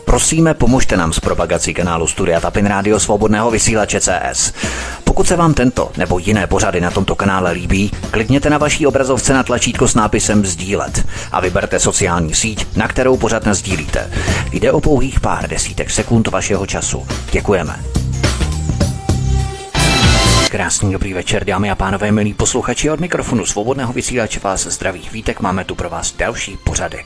Prosíme, pomožte nám s propagací kanálu Studia Tapin Rádio Svobodného vysílače CS. Pokud se vám tento nebo jiné pořady na tomto kanále líbí, klikněte na vaší obrazovce na tlačítko s nápisem sdílet a vyberte sociální síť, na kterou pořad nasdílíte. Jde o pouhých pár desítek sekund vašeho času. Děkujeme. Krásný dobrý večer, dámy a pánové, milí posluchači, od mikrofonu Svobodného vysílače vás zdraví Vítek, máme tu pro vás další pořady.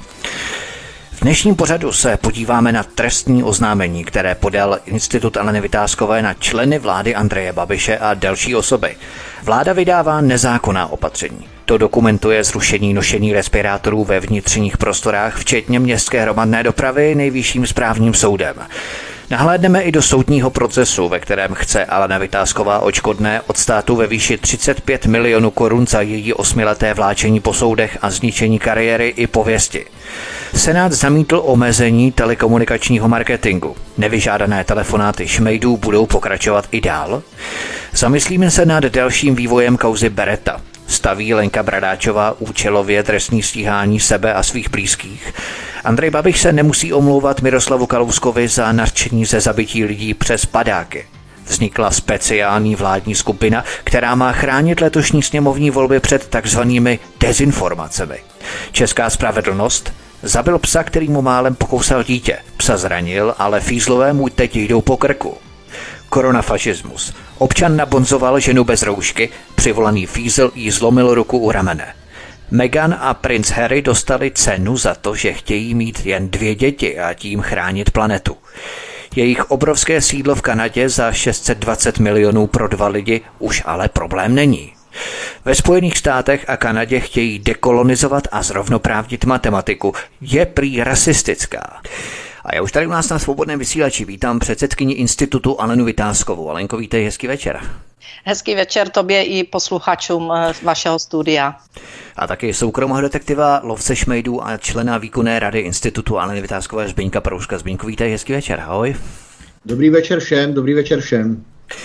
V dnešním pořadu se podíváme na trestní oznámení, které podal Institut Aleny Vitáskové na členy vlády Andreje Babiše a další osoby. Vláda vydává nezákonná opatření. To dokumentuje zrušení nošení respirátorů ve vnitřních prostorách, včetně městské hromadné dopravy, Nejvyšším správním soudem. Nahlédneme i do soudního procesu, ve kterém chce Alena Vitásková odškodné od státu ve výši 35 milionů korun za její 8leté vláčení po soudech a zničení kariéry i pověsti. Senát zamítl omezení telekomunikačního marketingu. Nevyžádané telefonáty šmejdů budou pokračovat i dál. Zamyslíme se nad dalším vývojem kauzy Beretta. Staví Lenka Bradáčová účelově trestní stíhání sebe a svých blízkých. Andrej Babiš se nemusí omlouvat Miroslavu Kalouskovi za nařčení ze zabití lidí přes padáky. Vznikla speciální vládní skupina, která má chránit letošní sněmovní volby před takzvanými dezinformacemi. Česká spravedlnost zabil psa, který mu málem pokousal dítě. Psa zranil, ale fízlové mu teď jdou po krku. Koronafašismus. Občan nabonzoval ženu bez roušky, přivolaný fízl jí zlomil ruku u ramene. Meghan a princ Harry dostali cenu za to, že chtějí mít jen 2 děti a tím chránit planetu. Jejich obrovské sídlo v Kanadě za 620 milionů pro 2 lidi už ale problém není. Ve Spojených státech a Kanadě chtějí dekolonizovat a zrovnoprávnit matematiku. Je prý rasistická. A já už tady u nás na Svobodném vysílači vítám předsedkyni institutu Alenu Vitáskovou. Alenko, vítej, hezký večer. Hezký večer tobě i posluchačům vašeho studia. A taky soukromého detektiva, lovce šmejdů a člena výkonné rady institutu Aleny Vitáskové Zbyňka Proužka. Zbyňku, vítej, hezký večer, ahoj. Dobrý večer všem.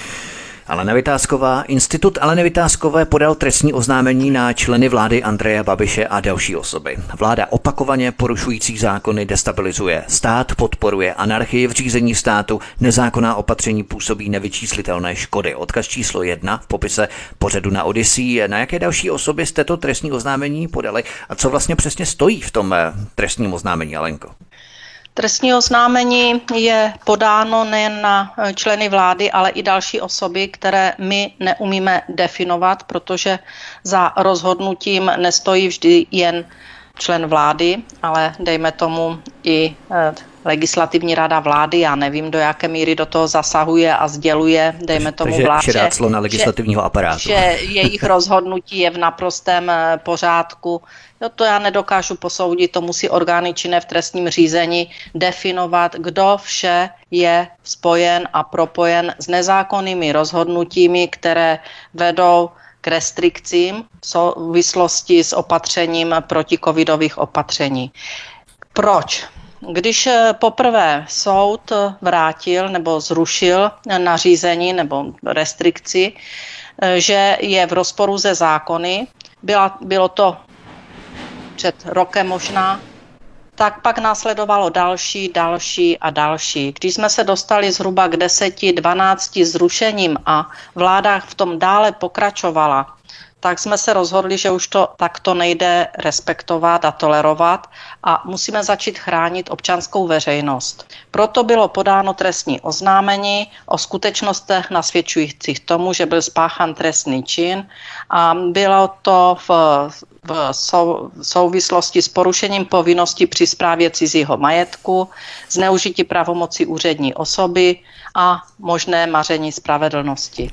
Alena Vitásková. Institut Aleny Vitáskové podal trestní oznámení na členy vlády Andreje Babiše a další osoby. Vláda opakovaně porušující zákony destabilizuje stát, podporuje anarchii v řízení státu, nezákonná opatření působí nevyčíslitelné škody. Odkaz číslo 1 v popise pořadu na Odyssey. Na jaké další osoby jste to trestní oznámení podali a co vlastně přesně stojí v tom trestním oznámení, Alenko? Trestní oznámení je podáno nejen na členy vlády, ale i další osoby, které my neumíme definovat, protože za rozhodnutím nestojí vždy jen člen vlády, ale dejme tomu i legislativní rada vlády. Já nevím, do jaké míry do toho zasahuje a sděluje, dejme tomu vládě, na legislativního aparátu. Že jejich rozhodnutí je v naprostém pořádku. To já nedokážu posoudit, to musí orgány činné v trestním řízení definovat, kdo vše je spojen a propojen s nezákonnými rozhodnutími, které vedou k restrikcím v souvislosti s opatřením protikovidových opatření. Proč? Když poprvé soud vrátil nebo zrušil nařízení nebo restrikci, že je v rozporu se zákony, bylo to před rokem možná, tak pak následovalo další a další. Když jsme se dostali zhruba k 10-12 zrušením a vláda v tom dále pokračovala, tak jsme se rozhodli, že už to takto nejde respektovat a tolerovat a musíme začít chránit občanskou veřejnost. Proto bylo podáno trestní oznámení o skutečnostech nasvědčujících tomu, že byl spáchán trestný čin a bylo to v souvislosti s porušením povinnosti při správě cizího majetku, zneužití pravomoci úřední osoby a možné maření spravedlnosti.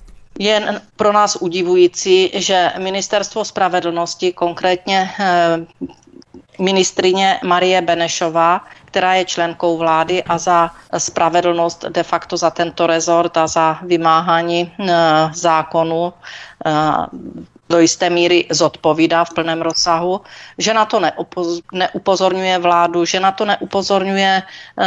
Je pro nás udivující, že Ministerstvo spravedlnosti, konkrétně ministryně Marie Benešová, která je členkou vlády a za spravedlnost de facto za tento rezort a za vymáhání zákonu do jisté míry zodpovídá v plném rozsahu, že na to neupozorňuje vládu, že na to neupozorňuje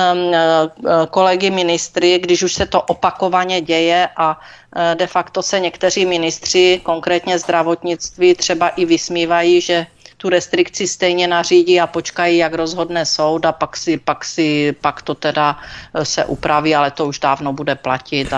kolegy ministry, když už se to opakovaně děje a de facto se někteří ministři, konkrétně zdravotnictví, třeba i vysmívají, že tu restrikci stejně nařídí a počkají, jak rozhodne soud a pak to teda se upraví, ale to už dávno bude platit.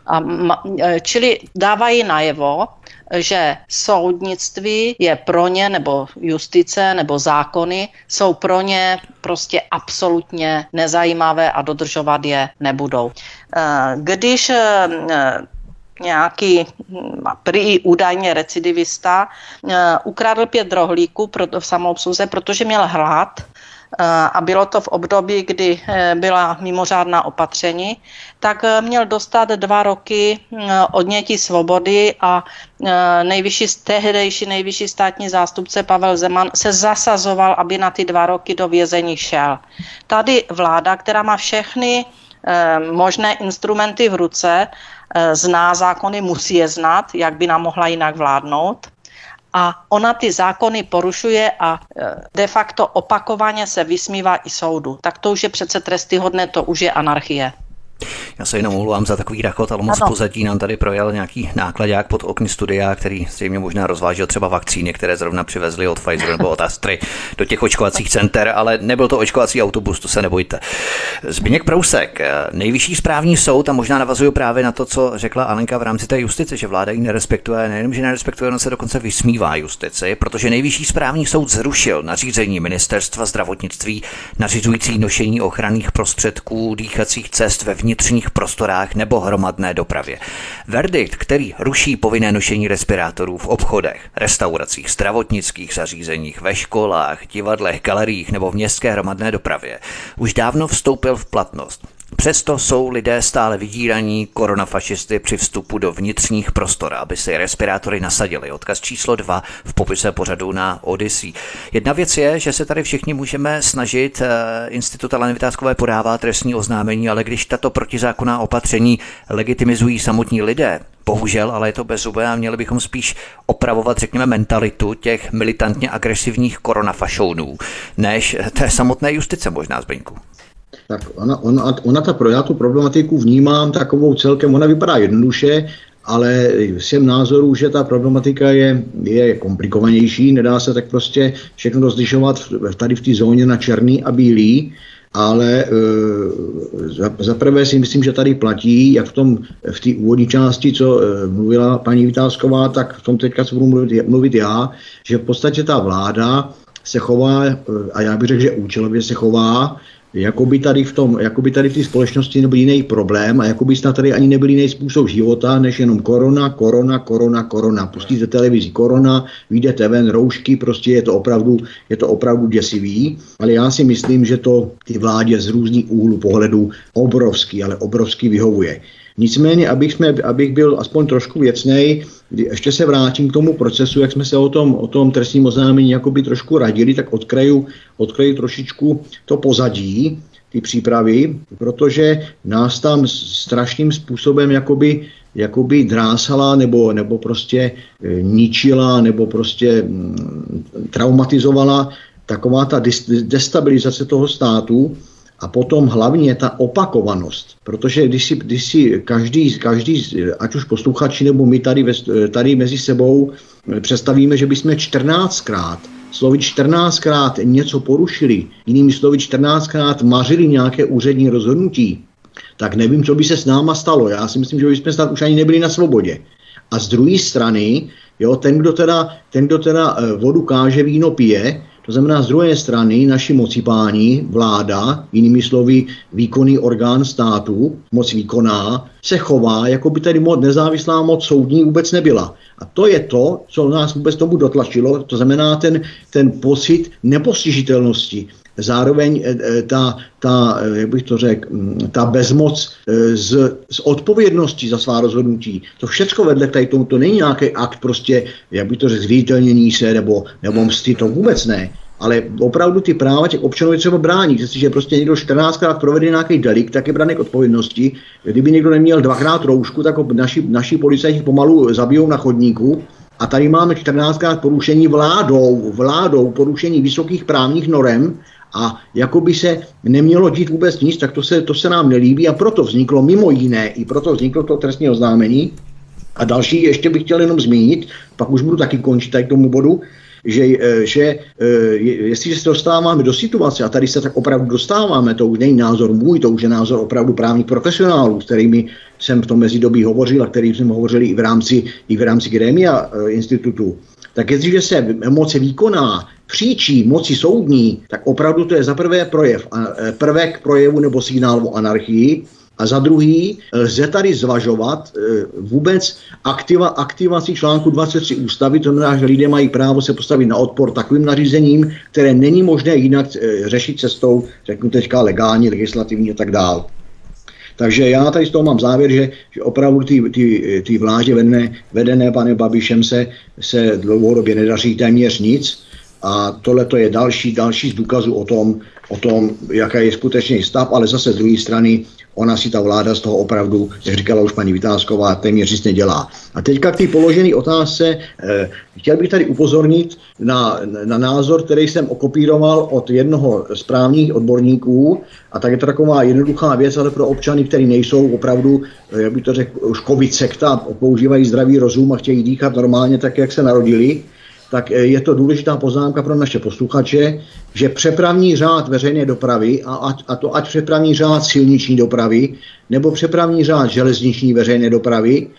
Čili dávají najevo, že soudnictví je pro ně, nebo justice, nebo zákony jsou pro ně prostě absolutně nezajímavé a dodržovat je nebudou. Když nějaký prý údajně recidivista ukradl 5 rohlíků v samoobsluze, protože měl hlad, a bylo to v období, kdy byla mimořádná opatření, tak měl dostat 2 roky odnětí svobody a tehdejší nejvyšší státní zástupce Pavel Zeman se zasazoval, aby na ty 2 roky do vězení šel. Tady vláda, která má všechny možné instrumenty v ruce, zná zákony, musí je znát, jak by nám mohla jinak vládnout. A ona ty zákony porušuje a de facto opakovaně se vysmívá i soudu. Tak to už je přece trestyhodné, to už je anarchie. Já se jenom omlouvám za takový rachot, ale moc pozadí nám tady projel nějaký nákladák pod okny studia, který zřejmě možná rozvážel třeba vakcíny, které zrovna přivezli od Pfizeru nebo od Astry do těch očkovacích center, ale nebyl to očkovací autobus, to se nebojte. Zbyněk Prousek, Nejvyšší správní soud, a možná navazuju právě na to, co řekla Alenka v rámci té justice, že vláda ji nerespektuje, nejenom, že nerespektuje, on se dokonce vysmívá justici, protože Nejvyšší správní soud zrušil nařízení Ministerstva zdravotnictví nařizující nošení ochranných prostředků dýchacích cest ve vnitřních prostorách nebo hromadné dopravě. Verdikt, který ruší povinné nošení respirátorů v obchodech, restauracích, zdravotnických zařízeních, ve školách, divadlech, galeriích nebo v městské hromadné dopravě, už dávno vstoupil v platnost. Přesto jsou lidé stále vydíraní koronafašisty při vstupu do vnitřních prostor, aby si respirátory nasadili. Odkaz číslo 2 v popise pořadu na Odyssey. Jedna věc je, že se tady všichni můžeme snažit, Institut Aleny Vitáskové podává trestní oznámení, ale když tato protizákonná opatření legitimizují samotní lidé, bohužel, ale je to bezzubé a měli bychom spíš opravovat, řekněme, mentalitu těch militantně agresivních koronafašounů, než té samotné justice možná, Zbyňku. Tak já tu problematiku vnímám takovou celkem, ona vypadá jednoduše, ale jsem názoru, že ta problematika je komplikovanější, nedá se tak prostě všechno rozlišovat tady v té zóně na černý a bílý, ale zaprvé si myslím, že tady platí, jak v té úvodní části, co mluvila paní Vitásková, tak v tom teďka se budu mluvit já, že v podstatě ta vláda se chová, a já bych řekl, že účelově se chová, jakoby tady v té společnosti nebyl jiný problém a jakoby snad tady ani nebyl jiný způsob života, než jenom korona. Pustíte televizi korona, vyjdete ven, roušky, prostě je to opravdu děsivý, ale já si myslím, že to ty vládě z různých úhlů pohledu obrovský vyhovuje. Nicméně, abych byl aspoň trošku věcnej, ještě se vrátím k tomu procesu, jak jsme se o tom trestním oznámení jakoby trošku radili, tak odkryju trošičku to pozadí, ty přípravy, protože nás tam strašným způsobem jakoby drásala nebo prostě ničila nebo prostě traumatizovala taková ta destabilizace toho státu. A potom hlavně ta opakovanost, protože když si každý, ať už posluchači nebo my tady mezi sebou představíme, že bychom 14krát něco porušili, jinými slovy 14krát mařili nějaké úřední rozhodnutí, tak nevím, co by se s náma stalo. Já si myslím, že bychom snad už ani nebyli na svobodě. A z druhé strany, ten, kdo teda vodu káže, víno pije, to znamená, z druhé strany naši mocipáni, vláda, jinými slovy výkonný orgán státu, moc výkonná, se chová, jako by tady nezávislá moc soudní vůbec nebyla. A to je to, co nás vůbec tomu dotlačilo, to znamená ten pocit nepostižitelnosti. Zároveň jak bych to řekl, ta bezmoc z odpovědnosti za svá rozhodnutí. To všecko vedle tady tomu, to není nějaký akt prostě, jak bych to řekl, zviditelnění se nebo msty, to vůbec ne. Ale opravdu ty práva těch občanů je třeba bránit. Jestliže prostě někdo 14krát provede nějaký delikt, tak je braný k odpovědnosti. Kdyby někdo neměl 2krát roušku, tak naši policajti pomalu zabijou na chodníku. A tady máme 14krát porušení vládou porušení vysokých právních norem. A jako by se nemělo dít vůbec nic, tak to se nám nelíbí a proto vzniklo mimo jiné, i proto vzniklo to trestní oznámení. A další ještě bych chtěl jenom zmínit, pak už budu taky končit tady k tomu bodu, že jestliže se dostáváme do situace, a tady se tak opravdu dostáváme, to už není názor můj, to už je názor opravdu právních profesionálů, s kterými jsem v tom mezidobí hovořil a kterými jsme hovořili i v rámci grémia institutu, tak jestliže se moc výkonná příčí moci soudní, tak opravdu to je za prvé prvek projevu nebo signál o anarchii, a za druhý lze tady zvažovat vůbec aktivaci článku 23 ústavy, to znamená, že lidé mají právo se postavit na odpor takovým nařízením, které není možné jinak řešit cestou, řeknu teďka legální, legislativní a tak dál. Takže já tady z toho mám závěr, že opravdu ty vládě vedené panem Babišem se dlouhodobě nedaří téměř nic. A tohle to je další z důkazů o tom, jaká je skutečný stav, ale zase z druhé strany ona si ta vláda z toho opravdu, jak říkala už paní Vitásková, téměř nic nedělá. A teďka k té položené otázce, chtěl bych tady upozornit na názor, který jsem okopíroval od jednoho z právních odborníků, a tak je to taková jednoduchá věc, ale pro občany, kteří nejsou opravdu, jak bych to řekl, už covid sekta, používají zdravý rozum a chtějí dýchat normálně tak, jak se narodili, tak je to důležitá poznámka pro naše posluchače, že přepravní řád veřejné dopravy, a to ať přepravní řád silniční dopravy, nebo přepravní řád železniční veřejné dopravy,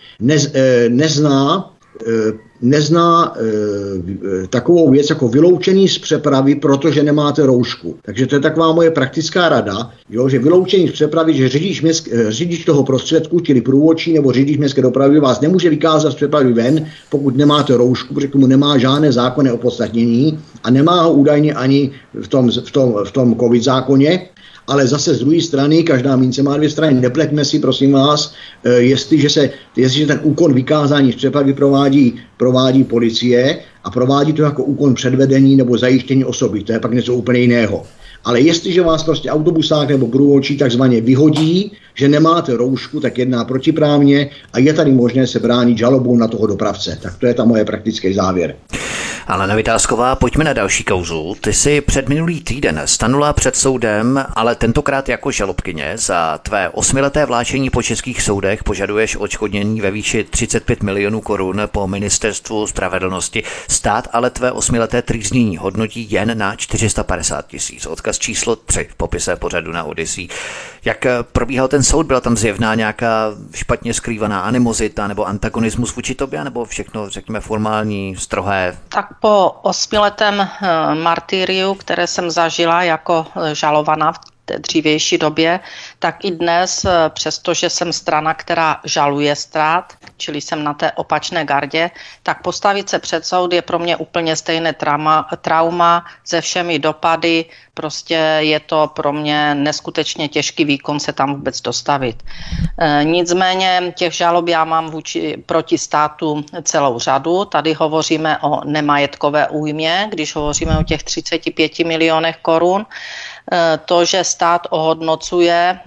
nezná takovou věc jako vyloučení z přepravy, protože nemáte roušku. Takže to je taková moje praktická rada, jo, že vyloučení z přepravy, že řidič toho prostředku, čili průvodčí nebo řidič městské dopravy vás nemůže vykázat z přepravy ven, pokud nemáte roušku, protože mu nemá žádné zákonné opodstatnění a nemá ho údajně ani v tom covid zákoně. Ale zase z druhé strany, každá mince má dvě strany. Nepleťme si, prosím vás, jestliže ten úkon vykázání z přepravy provádí policie a provádí to jako úkon předvedení nebo zajištění osoby, to je pak něco úplně jiného. Ale jestliže vás prostě autobusák nebo průvodčí takzvaně vyhodí, že nemáte roušku, tak jedná protiprávně a je tady možné se bránit žalobou na toho dopravce. Tak to je ta moje praktický závěr. Alena Vitásková, pojďme na další kauzu. Ty jsi předminulý týden stanula před soudem, ale tentokrát jako žalobkyně. Za tvé 8leté vláčení po českých soudech požaduješ odškodnění ve výši 35 milionů korun po ministerstvu spravedlnosti. Stát ale tvé 8leté trýznění hodnotí jen na 450 000. Odkaz číslo 3 v popise pořadu na Odyssey. Jak probíhal ten soud? Byla tam zjevná nějaká špatně skrývaná animozita nebo antagonismus vůči tobě, nebo všechno, řekněme, formální, strohé? Tak po 8letém martyriu, které jsem zažila jako žalovaná v té dřívější době, tak i dnes, přestože jsem strana, která žaluje stát, čili jsem na té opačné gardě, tak postavit se před soud je pro mě úplně stejné trauma se všemi dopady. Prostě je to pro mě neskutečně těžký výkon se tam vůbec dostavit. Nicméně těch žalob já mám proti státu celou řadu. Tady hovoříme o nemajetkové újmě, když hovoříme o těch 35 milionech korun. To, že stát ohodnocuje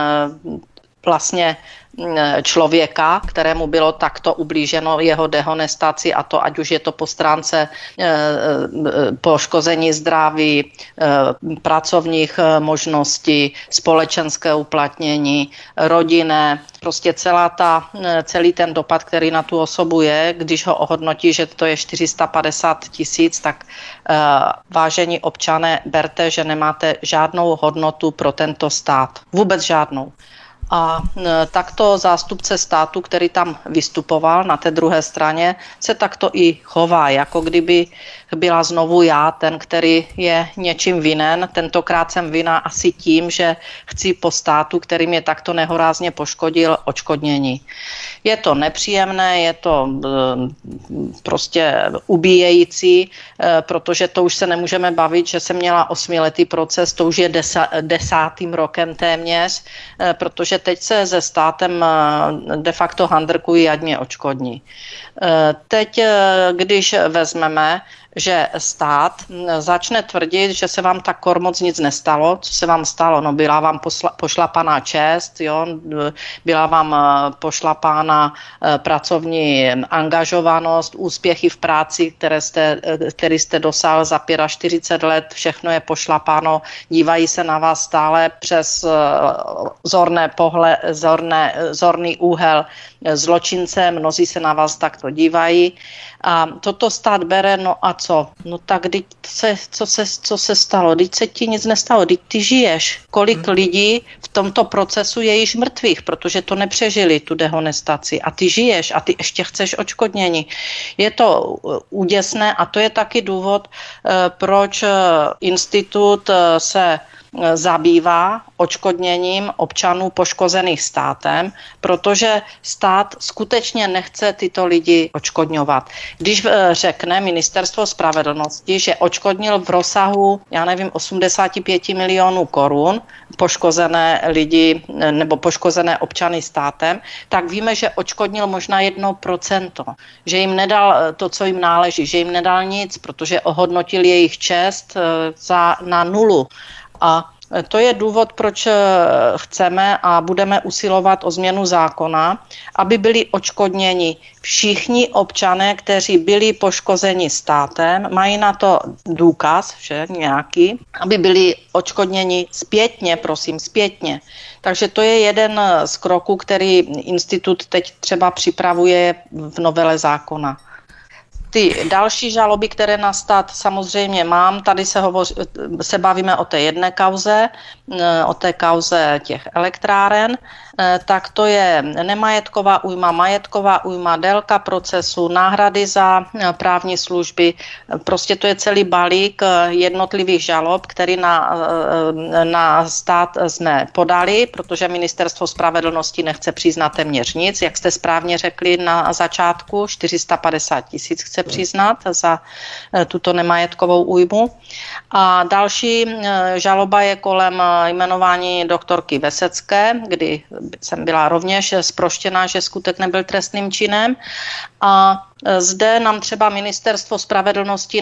vlastně člověka, kterému bylo takto ublíženo jeho dehonestaci, a to ať už je to po stránce poškození zdraví, pracovních možností, společenské uplatnění, rodinné, prostě celý ten dopad, který na tu osobu je, když ho ohodnotí, že to je 450 000, tak vážení občané, berte, že nemáte žádnou hodnotu pro tento stát. Vůbec žádnou. A takto zástupce státu, který tam vystupoval na té druhé straně, se takto i chová, jako kdyby byla znovu já ten, který je něčím vinen. Tentokrát jsem vina asi tím, že chci po státu, který mě takto nehorázně poškodil, odškodnění. Je to nepříjemné, je to prostě ubíjející, protože to už se nemůžeme bavit, že jsem měla 8letý proces, to už je 10. rokem téměř, protože teď se se státem de facto handrkují jadně odškodní. Teď, když vezmeme, že stát začne tvrdit, že se vám tak moc nic nestalo. Co se vám stalo? No, byla vám pošlapaná čest, jo? Byla vám pošlapána pracovní angažovanost, úspěchy v práci, který jste dosáhl za 45 let, všechno je pošlapáno, dívají se na vás stále přes zorný úhel zločince, mnozí se na vás takto dívají A toto stát bere, no a co? No tak co se stalo? Teď se ti nic nestalo, teď ty žiješ. Kolik lidí v tomto procesu je již mrtvých, protože to nepřežili, tu dehonestaci. A ty žiješ a ty ještě chceš odškodnění. Je to úděsné a to je taky důvod, proč institut se zabývá odškodněním občanů poškozených státem, protože stát skutečně nechce tyto lidi odškodňovat. Když řekne Ministerstvo spravedlnosti, že odškodnil v rozsahu, 85 milionů korun poškozené lidi nebo poškozené občany státem, tak víme, že odškodnil možná 1%, že jim nedal to, co jim náleží, že jim nedal nic, protože ohodnotil jejich čest na nulu. A to je důvod, proč chceme a budeme usilovat o změnu zákona, aby byli odškodněni všichni občané, kteří byli poškozeni státem, mají na to důkaz, že nějaký, aby byli odškodněni zpětně. Takže to je jeden z kroků, který institut teď třeba připravuje v novele zákona. Ty další žaloby, které na stát samozřejmě mám, tady se bavíme o té jedné kauze, o té kauze těch elektráren, tak to je nemajetková újma, majetková újma, délka procesu, náhrady za právní služby. Prostě to je celý balík jednotlivých žalob, který na stát jsme podali, protože Ministerstvo spravedlnosti nechce přiznat téměř nic, jak jste správně řekli na začátku, 450 000 chce přiznat za tuto nemajetkovou újmu. A další žaloba je kolem jmenování doktorky Vesecké, kdy jsem byla rovněž zproštěná, že skutek nebyl trestným činem. A zde nám třeba Ministerstvo spravedlnosti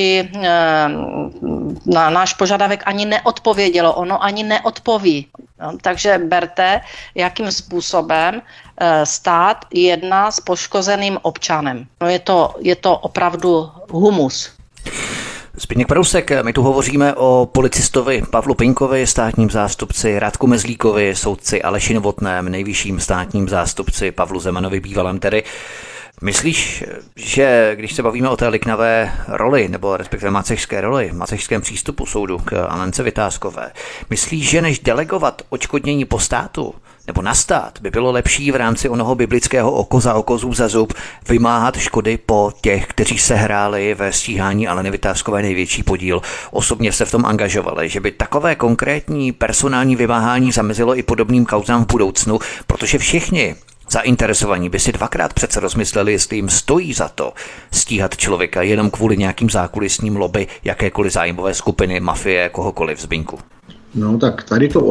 na náš požadavek ani neodpovědělo. Ono ani neodpoví. Takže berte, jakým způsobem stát jedná s poškozeným občanem. No je to opravdu humus. Zbyněk Parousek, my tu hovoříme o policistovi Pavlu Pynkovi, státním zástupci Radku Mezlíkovi, soudci Aleši Novotném, nejvyšším státním zástupci Pavlu Zemanovi, bývalém tedy. Myslíš, že když se bavíme o té liknavé roli, nebo respektive macešské roli, macešském přístupu soudu k Alence Vitázkové, myslíš, že než delegovat odškodnění po státu, nebo na stát, by bylo lepší v rámci onoho biblického oko za oko, zub za zub vymáhat škody po těch, kteří se hráli ve stíhání Aleny Vitázkové největší podíl, osobně se v tom angažovali, že by takové konkrétní personální vymáhání zamezilo i podobným kauzám v budoucnu, protože všichni zainteresovaní by si dvakrát přece rozmysleli, jestli jim stojí za to stíhat člověka jenom kvůli nějakým zákulisním lobby jakékoliv zájmové skupiny, mafie, kohokoliv, Zbyňku. No tak tady to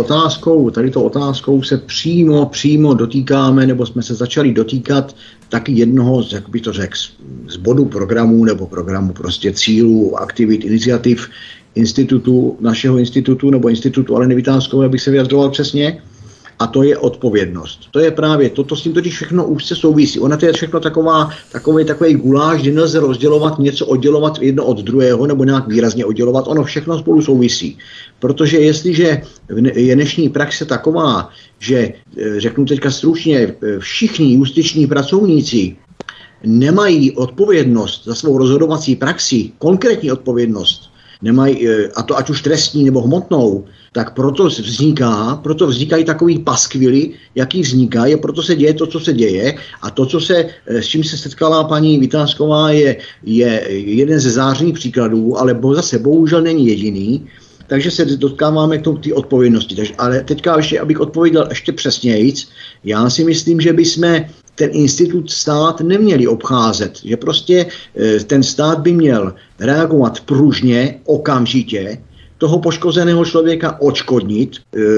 otázkou se přímo dotýkáme, nebo jsme se začali dotýkat taky jednoho, jak bych to řekl, z bodu programů nebo programu prostě cílů, aktivit, iniciativ institutu, našeho institutu nebo institutu Aleny Vitázkové, abych se vyjadřoval přesně. A to je odpovědnost. To je právě to s tím totiž všechno úzce souvisí. Ona to je všechno takový guláš, kdy nelze rozdělovat, něco oddělovat jedno od druhého nebo nějak výrazně oddělovat. Ono všechno spolu souvisí. Protože jestliže je dnešní praxe taková, že řeknu teďka stručně, všichni justiční pracovníci nemají odpovědnost za svou rozhodovací praxi, konkrétní odpovědnost, nemají, a to ať už trestní nebo hmotnou, tak proto vznikají takový paskvily, jaký vznikají, a proto se děje to, co se děje. A to, s čím se setkala paní Vitázková, je jeden ze zářných příkladů, ale zase bohužel není jediný. Takže se dotkáváme k té odpovědnosti. Ale teďka ještě, abych odpověděl ještě přesnějc, já si myslím, že bychom ten institut stát neměli obcházet. Že prostě ten stát by měl reagovat pružně, okamžitě, toho poškozeného člověka odškodnit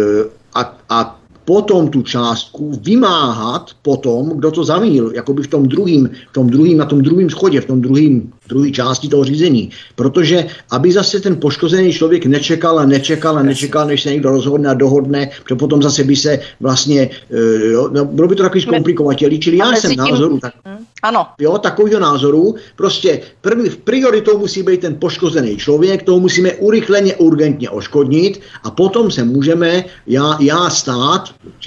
a potom tu částku vymáhat potom, kdo to zamíl, jakoby na tom druhém schodě, v tom druhé části toho řízení. Protože aby zase ten poškozený člověk nečekal, než se někdo rozhodne a dohodne, protože potom zase by se vlastně, bylo by to takový zkomplikovatelý, čili já jsem názoru takového názoru, prostě prioritou musí být ten poškozený člověk, toho musíme urychleně, urgentně odškodnit a potom se můžeme, já stát, čili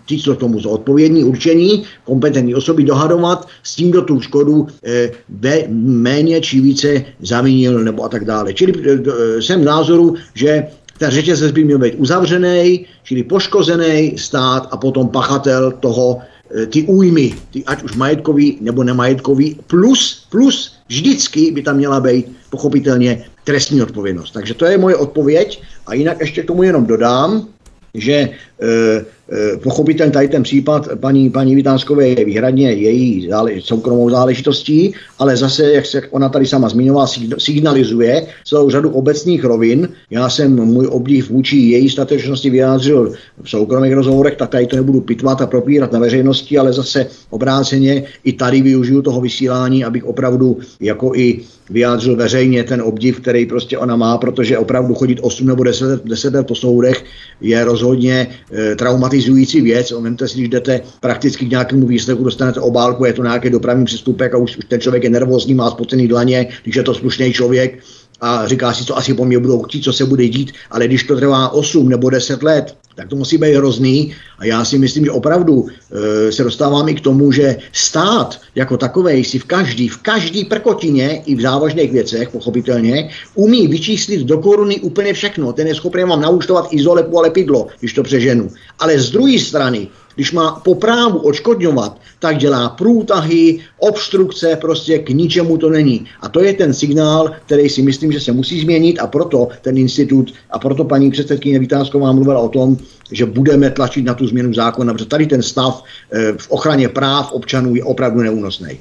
ti, co tomu jsou odpovědní, určení, kompetentní osoby dohadovat s tím, kdo tu škodu méně či více zavinil nebo a tak dále. Čili jsem názoru, že ten řetězec by měl být uzavřený, čili poškozený stát a potom pachatel toho, ty újmy, ať už majetkový nebo nemajetkový, plus vždycky by tam měla být pochopitelně trestní odpovědnost. Takže to je moje odpověď a jinak ještě k tomu jenom dodám, že pochopitelně tady ten případ paní Vitánskové je výhradně její soukromou záležitostí, ale zase, jak se ona tady sama zmiňovala, signalizuje celou řadu obecných rovin. Já jsem můj obdiv vůči její statečnosti vyjádřil v soukromých rozhovorech, tak tady to nebudu pitvat a propírat na veřejnosti, ale zase obráceně i tady využiju toho vysílání, abych opravdu jako i vyjádřil veřejně ten obdiv, který prostě ona má, protože opravdu chodit 8 nebo 10 let po soudech je rozhodně traumatizující věc. Vemte si, když jdete prakticky k nějakému výslechu, dostanete obálku, je to nějaký dopravní přestupek a už ten člověk je nervózní, má spocený dlaně, když je to slušný člověk a říká si, co asi po mně budou chtít, co se bude dít, ale když to trvá 8 nebo 10 let, tak to musí být hrozný a já si myslím, že opravdu se dostávám i k tomu, že stát jako takovej si v každý prkotině i v závažných věcech, pochopitelně, umí vyčíslit do koruny úplně všechno. Ten je schopný vám naúčtovat izolepu a lepidlo, když to přeženu. Ale z druhé strany, když má po právu odškodňovat, tak dělá průtahy, obstrukce, prostě k ničemu to není. A to je ten signál, který si myslím, že se musí změnit a proto ten institut a proto paní předsedkyně Vitásková mluvila o tom, že budeme tlačit na tu změnu zákona, protože tady ten stav v ochraně práv občanů je opravdu neúnosný.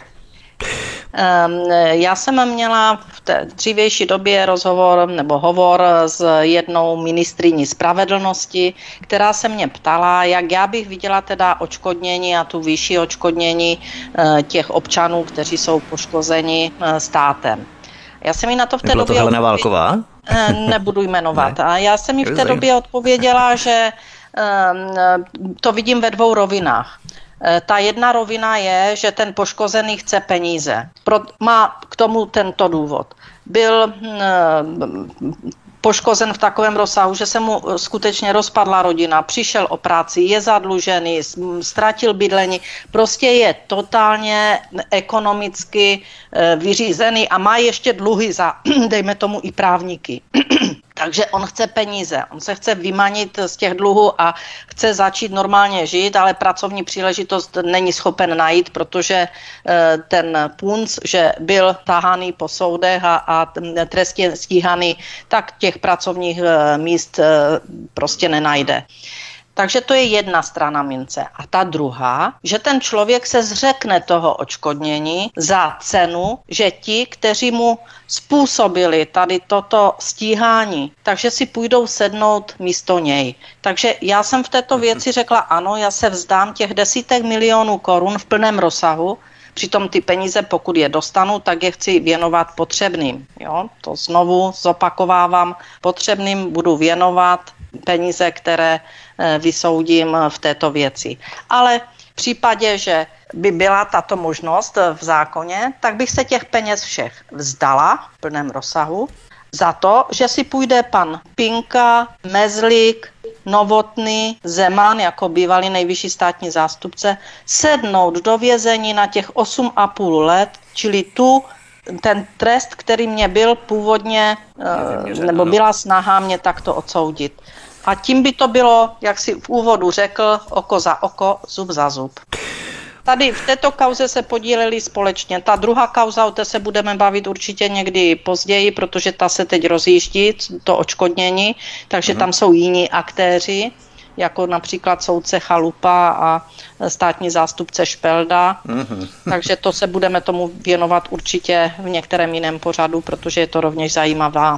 Já jsem měla v té dřívější době hovor s jednou ministryní spravedlnosti, která se mě ptala, jak já bych viděla teda odškodnění a tu vyšší odškodnění těch občanů, kteří jsou poškozeni státem. Já jsem jí na to v té době... Byla to Helena Válková? Nebudu jmenovat. A já jsem jí v té době odpověděla, že to vidím ve dvou rovinách. Ta jedna rovina je, že ten poškozený chce peníze. Má k tomu tento důvod. Byl poškozen v takovém rozsahu, že se mu skutečně rozpadla rodina, přišel o práci, je zadlužený, ztratil bydlení, prostě je totálně ekonomicky vyřízený a má ještě dluhy za, dejme tomu, i právníky. Takže on chce peníze, on se chce vymanit z těch dluhů a chce začít normálně žít, ale pracovní příležitost není schopen najít, protože ten punc, že byl tahaný po soudech a trestně stíhaný, tak těch pracovních míst prostě nenajde. Takže to je jedna strana mince. A ta druhá, že ten člověk se zřekne toho odškodnění za cenu, že ti, kteří mu způsobili tady toto stíhání, takže si půjdou sednout místo něj. Takže já jsem v této věci řekla ano, já se vzdám těch desítek milionů korun v plném rozsahu, přitom ty peníze, pokud je dostanu, tak je chci věnovat potřebným. Jo? To znovu zopakovávám, potřebným budu věnovat peníze, které vysoudím v této věci. Ale v případě, že by byla tato možnost v zákoně, tak bych se těch peněz všech vzdala v plném rozsahu za to, že si půjde pan Pinka, Mezlík, Novotný, Zeman jako bývalý nejvyšší státní zástupce sednout do vězení na těch 8,5 let, čili ten trest, který mě byl původně, nebo byla snaha mě takto odsoudit. A tím by to bylo, jak si v úvodu řekl, oko za oko, zub za zub. Tady v této kauze se podíleli společně. Ta druhá kauza, o té se budeme bavit určitě někdy později, protože ta se teď rozjíždí, to odškodnění, takže tam jsou jiní aktéři, jako například soudce Chalupa a státní zástupce Špelda. Takže to se budeme tomu věnovat určitě v některém jiném pořadu, protože je to rovněž zajímavá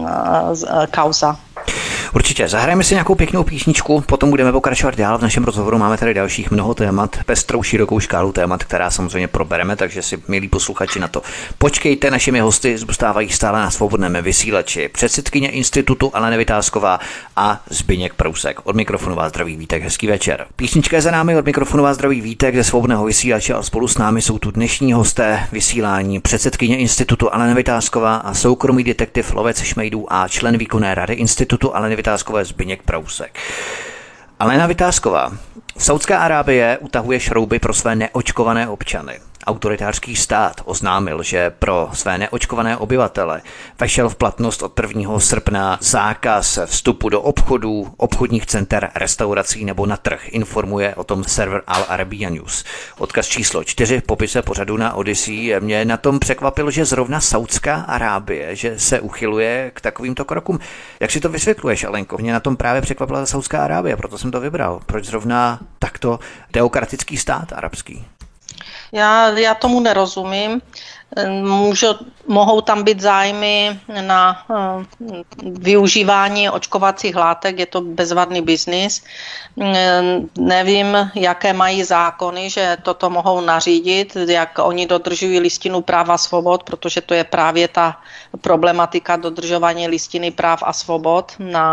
kauza. Určitě, zahrajeme si nějakou pěknou písničku, potom budeme pokračovat dál v našem rozhovoru. Máme tady dalších mnoho témat, pestrou širokou škálu témat, která samozřejmě probereme, takže si, milí posluchači, na to počkejte. Našimi hosty zůstávají stále na svobodném vysílači předsedkyně institutu Alena Vitásková a Zbyněk Prousek. Od mikrofonu vás zdraví Vítek, hezký večer. Písnička je za námi, od mikrofonu vás zdraví Vítek ze svobodného vysílače a spolu s námi jsou tu dnešní hosté vysílání předsedkyně institutu Alena Vitásková a soukromý detektiv lovec šmejdů a člen výkonné rady institutu Aleny Vitáskové Zbyněk Prousek. Alena Vitásková. Saudská Arábie utahuje šrouby pro své neočkované občany. Autoritářský stát oznámil, že pro své neočkované obyvatele vešel v platnost od 1. srpna zákaz vstupu do obchodů, obchodních center, restaurací nebo na trh, informuje o tom server Al Arabiya News. Odkaz číslo 4 v popise pořadu na Odyssey. Mě na tom překvapilo, že zrovna Saudská Arábie, že se uchyluje k takovýmto krokům. Jak si to vysvětluješ, Alenko? Mě na tom právě překvapila Saudská Arábie, proto jsem to vybral. Proč zrovna takto teokratický stát arabský? Já tomu nerozumím. Mohou tam být zájmy na využívání očkovacích látek, je to bezvadný biznis. Nevím, jaké mají zákony, že toto mohou nařídit, jak oni dodržují listinu práv a svobod, protože to je právě ta problematika dodržování listiny práv a svobod.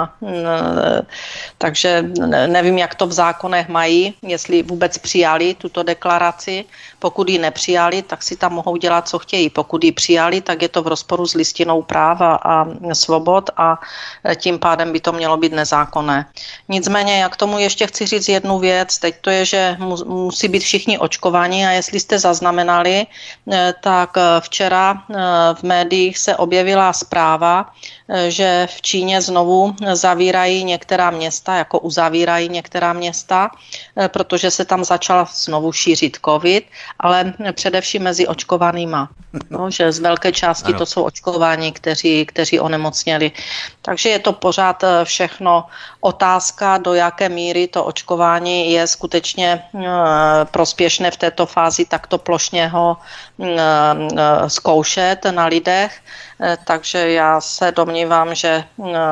Takže nevím, jak to v zákonech mají, jestli vůbec přijali tuto deklaraci. Pokud ji nepřijali, tak si tam mohou dělat, co chtějí. Pokud ji přijali, tak je to v rozporu s listinou práv a svobod a tím pádem by to mělo být nezákonné. Nicméně, jak tomu ještě chci říct jednu věc, teď to je, že musí být všichni očkovaní a jestli jste zaznamenali, tak včera v médiích se objevila zpráva, že v Číně znovu zavírají některá města, jako uzavírají některá města, protože se tam začal znovu šířit covid, ale především mezi očkovanýma. No, že z velké části to jsou očkování, kteří onemocněli. Takže je to pořád všechno otázka, do jaké míry to očkování je skutečně prospěšné v této fázi takto plošně ho zkoušet na lidech. Takže já se domnívám, že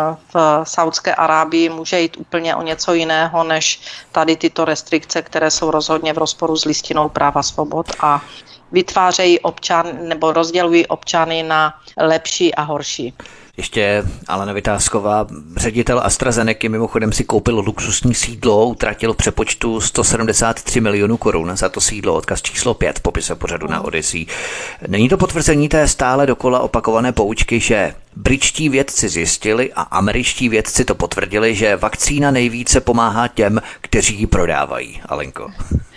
v Saudské Arábii může jít úplně o něco jiného, než tady tyto restrikce, které jsou rozhodně v rozporu s listinou práv a svobod a vytvářejí nebo rozdělují občany na lepší a horší. Ještě Alena Vitásková, ředitel AstraZenecy, mimochodem si koupil luxusní sídlo, utratil v přepočtu 173 milionů korun za to sídlo, odkaz číslo 5 v popise pořadu na Odyssey. Není to potvrzení té stále dokola opakované poučky, že britští vědci zjistili a američtí vědci to potvrdili, že vakcína nejvíce pomáhá těm, kteří ji prodávají, Alenko?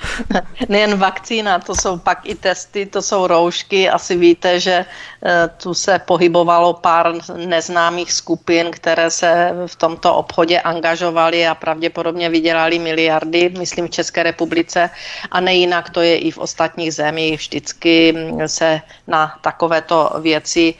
Nejen vakcína, to jsou pak i testy, to jsou roušky. Asi víte, že tu se pohybovalo pár neznámých skupin, které se v tomto obchodě angažovaly a pravděpodobně vydělali miliardy, myslím v České republice. A nejinak to je i v ostatních zemích. Vždycky se na takovéto věci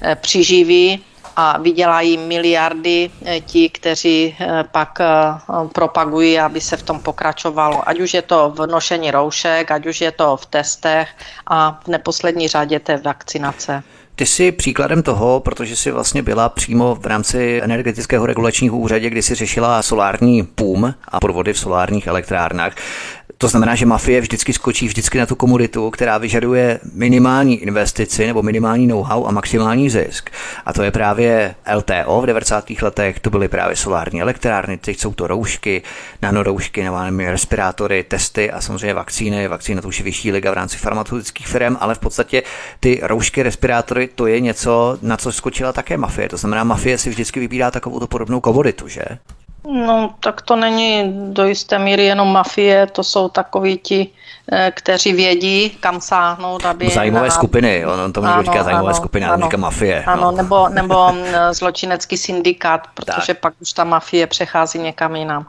přiživí a vydělají miliardy ti, kteří pak propagují, aby se v tom pokračovalo. Ať už je to v nošení roušek, ať už je to v testech a v neposlední řadě té vakcinace. Ty jsi příkladem toho, protože jsi vlastně byla přímo v rámci Energetického regulačního úřadě, kdy jsi řešila solární boom a podvody v solárních elektrárnách. To znamená, že mafie vždycky skočí na tu komoditu, která vyžaduje minimální investici nebo minimální know-how a maximální zisk. A to je právě LTO v 90. letech, to byly právě solární elektrárny, teď jsou to roušky, nanoroušky, nebo respirátory, testy a samozřejmě vakcíny. Vakcína to už je vyšší liga v rámci farmaceutických firm, ale v podstatě ty roušky, respirátory, to je něco, na co skočila také mafie. To znamená, mafie si vždycky vybírá takovou podobnou komoditu, že? No, tak to není do jisté míry jenom mafie, to jsou takoví ti, kteří vědí, kam sáhnout, aby... Zájmové skupiny, on tomu říká zájmové skupiny, ale říká mafie. Ano, nebo zločinecký syndikát, protože pak už ta mafie přechází někam jinam.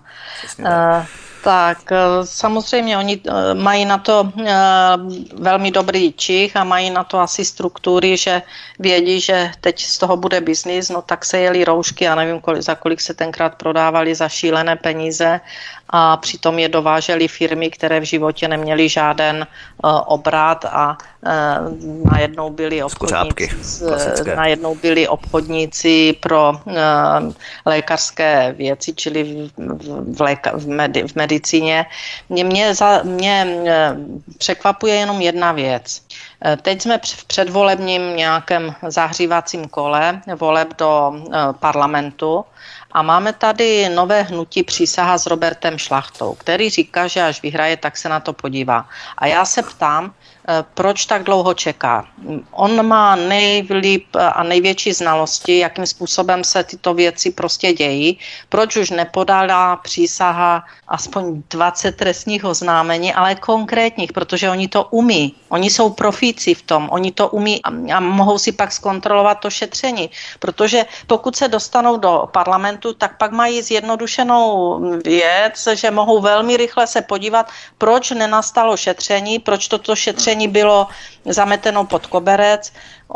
Tak samozřejmě oni mají na to velmi dobrý čich a mají na to asi struktury, že vědí, že teď z toho bude biznis, no tak se jeli roušky, já nevím, za kolik se tenkrát prodávali za šílené peníze a přitom je dovážely firmy, které v životě neměly žáden obrat a najednou byli obchodníci pro lékařské věci, čili v medicíně. Mě překvapuje jenom jedna věc. Teď jsme v předvolebním nějakém zahřívacím kole voleb do parlamentu A máme tady nové hnutí Přísaha s Robertem Šlachtou, který říká, že až vyhraje, tak se na to podívá. A já se ptám, proč tak dlouho čeká. On má nejlíp a největší znalosti, jakým způsobem se tyto věci prostě dějí. Proč už nepodala Přísaha aspoň 20 trestních oznámení, ale konkrétních, protože oni to umí. Oni jsou profíci v tom, oni to umí a mohou si pak zkontrolovat to šetření. Protože pokud se dostanou do parlamentu, tak pak mají zjednodušenou věc, že mohou velmi rychle se podívat, proč nenastalo šetření, proč toto šetření bylo zameteno pod koberec.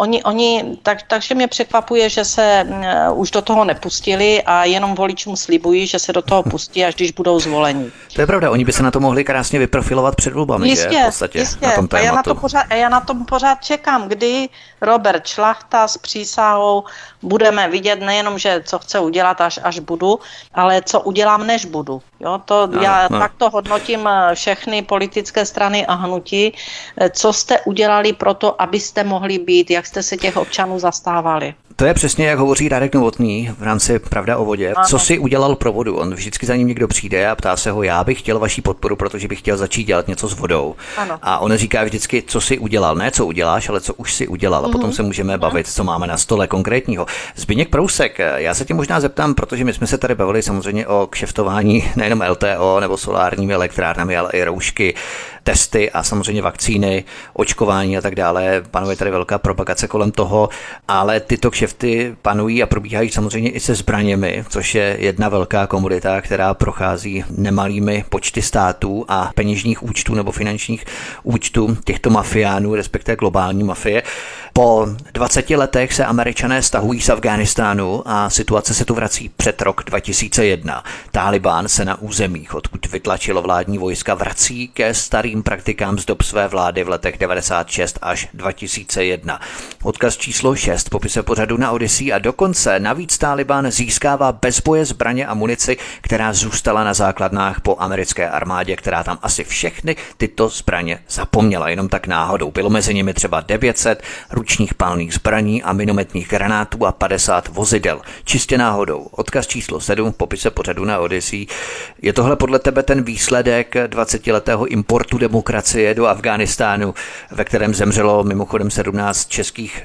Takže mě překvapuje, že se už do toho nepustili a jenom voličům slibují, že se do toho pustí, až když budou zvoleni. To je pravda, oni by se na to mohli krásně vyprofilovat před volbami, jistě, že? V podstatě, jistě. Na tom tématu. A já na tom pořád čekám, kdy Robert Šlachta s Přísahou budeme vidět nejenom, že co chce udělat, až budu, ale co udělám, než budu. Jo, takto hodnotím všechny politické strany a hnutí. Co jste udělali pro to, abyste mohli být, jak jste se těch občanů zastávali? To je přesně, jak hovoří Radek Novotný v rámci Pravda o vodě. Ano. Co si udělal pro vodu? On vždycky za ním někdo přijde a ptá se ho, já bych chtěl vaši podporu, protože bych chtěl začít dělat něco s vodou. Ano. A on říká vždycky, co si udělal. Ne co uděláš, ale co už si udělal. A potom se můžeme bavit, co máme na stole konkrétního. Zbyněk Prousek, já se tě možná zeptám, protože my jsme se tady bavili samozřejmě o kšeftování nejenom LTO nebo solárními elektrárnami, ale i roušky, testy a samozřejmě vakcíny, očkování a tak dále. Panuje tady velká propagace kolem toho, ale tyto kšefty panují a probíhají samozřejmě i se zbraněmi, což je jedna velká komodita, která prochází nemalými počty států a peněžních účtů nebo finančních účtů těchto mafiánů, respektive globální mafie. Po 20 letech se Američané stahují z Afghánistánu a situace se tu vrací před rok 2001. Tálibán se na územích, odkud vytlačilo vládní vojska, vrací ke starým praktikám z dob své vlády v letech 96 až 2001. Odkaz číslo 6 popise pořadu na Odyssey a dokonce navíc Tálibán získává bez boje zbraně a munici, která zůstala na základnách po americké armádě, která tam asi všechny tyto zbraně zapomněla, jenom tak náhodou. Bylo mezi nimi třeba 900 ručních palných zbraní a minometních granátů a 50 vozidel. Čistě náhodou. Odkaz číslo 7 v popise pořadu na Odyssey. Je tohle podle tebe ten výsledek 20letého importu demokracie do Afghánistánu, ve kterém zemřelo mimochodem 17 českých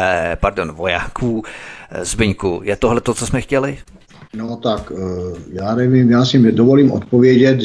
vojáků? Zbyňku, je tohle to, co jsme chtěli? No tak, já nevím, já si dovolím odpovědět,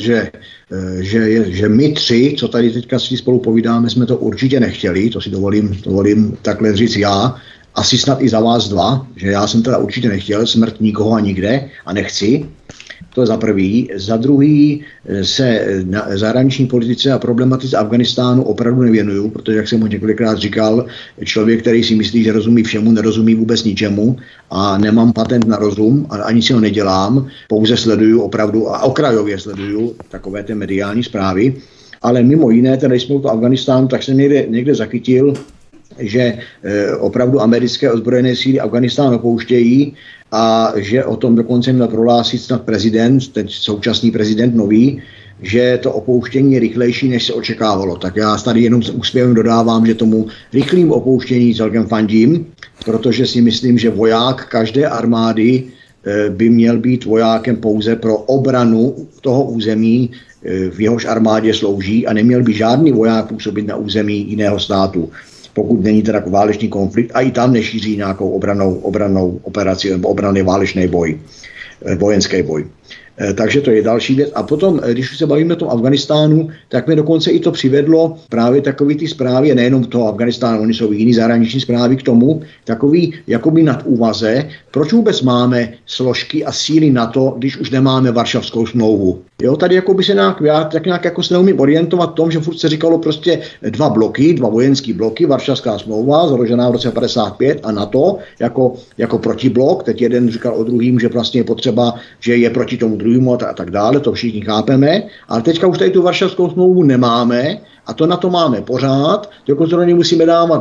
že my tři, co tady teďka si spolu povídáme, jsme to určitě nechtěli, to si dovolím takhle říct já, asi snad i za vás dva, že já jsem teda určitě nechtěl smrt nikoho a nikde a nechci. To je za prvý. Za druhý se na zahraniční politice a problematice Afghánistánu opravdu nevěnuju, protože, jak jsem mu několikrát říkal, člověk, který si myslí, že rozumí všemu, nerozumí vůbec ničemu a nemám patent na rozum a ani si ho nedělám, pouze sleduju opravdu a okrajově sleduju takové ty mediální zprávy. Ale mimo jiné, když jsme u toho Afghánistánu, tak jsem někde zachytil, že opravdu americké ozbrojené síly Afghánistán opouštějí a že o tom dokonce měl prohlásit snad prezident, ten současný prezident nový, že to opouštění je rychlejší, než se očekávalo. Tak já tady jenom s úsměvem dodávám, že tomu rychlému opouštění celkem fandím, protože si myslím, že voják každé armády by měl být vojákem pouze pro obranu toho území, v jehož armádě slouží a neměl by žádný voják působit na území jiného státu, pokud není teda válečný konflikt a i tam nešíří nějakou obranou operaci nebo obranný válečný boj, vojenský boj. Takže to je další věc. A potom, když už se bavíme o tom Afghánistánu, tak mě dokonce i to přivedlo právě takový ty zprávy, nejenom toho Afghánistánu, oni jsou jiný zahraniční zprávy k tomu, takový jakoby nadúvaze, proč vůbec máme složky a síly NATO, když už nemáme Varšavskou smlouvu. Jo, tady jakoby se nějak jako se neumím orientovat v tom, že furt se říkalo prostě dva vojenský bloky, Varšavská smlouva, založená v roce 55 a NATO jako protiblok, teď jeden říkal o druhým, že vlastně je potřeba, že je proti tomu druhému a tak dále, to všichni chápeme, ale teďka už tady tu Varšavskou smlouvu nemáme a to na to máme pořád, dokonce do něj musíme dávat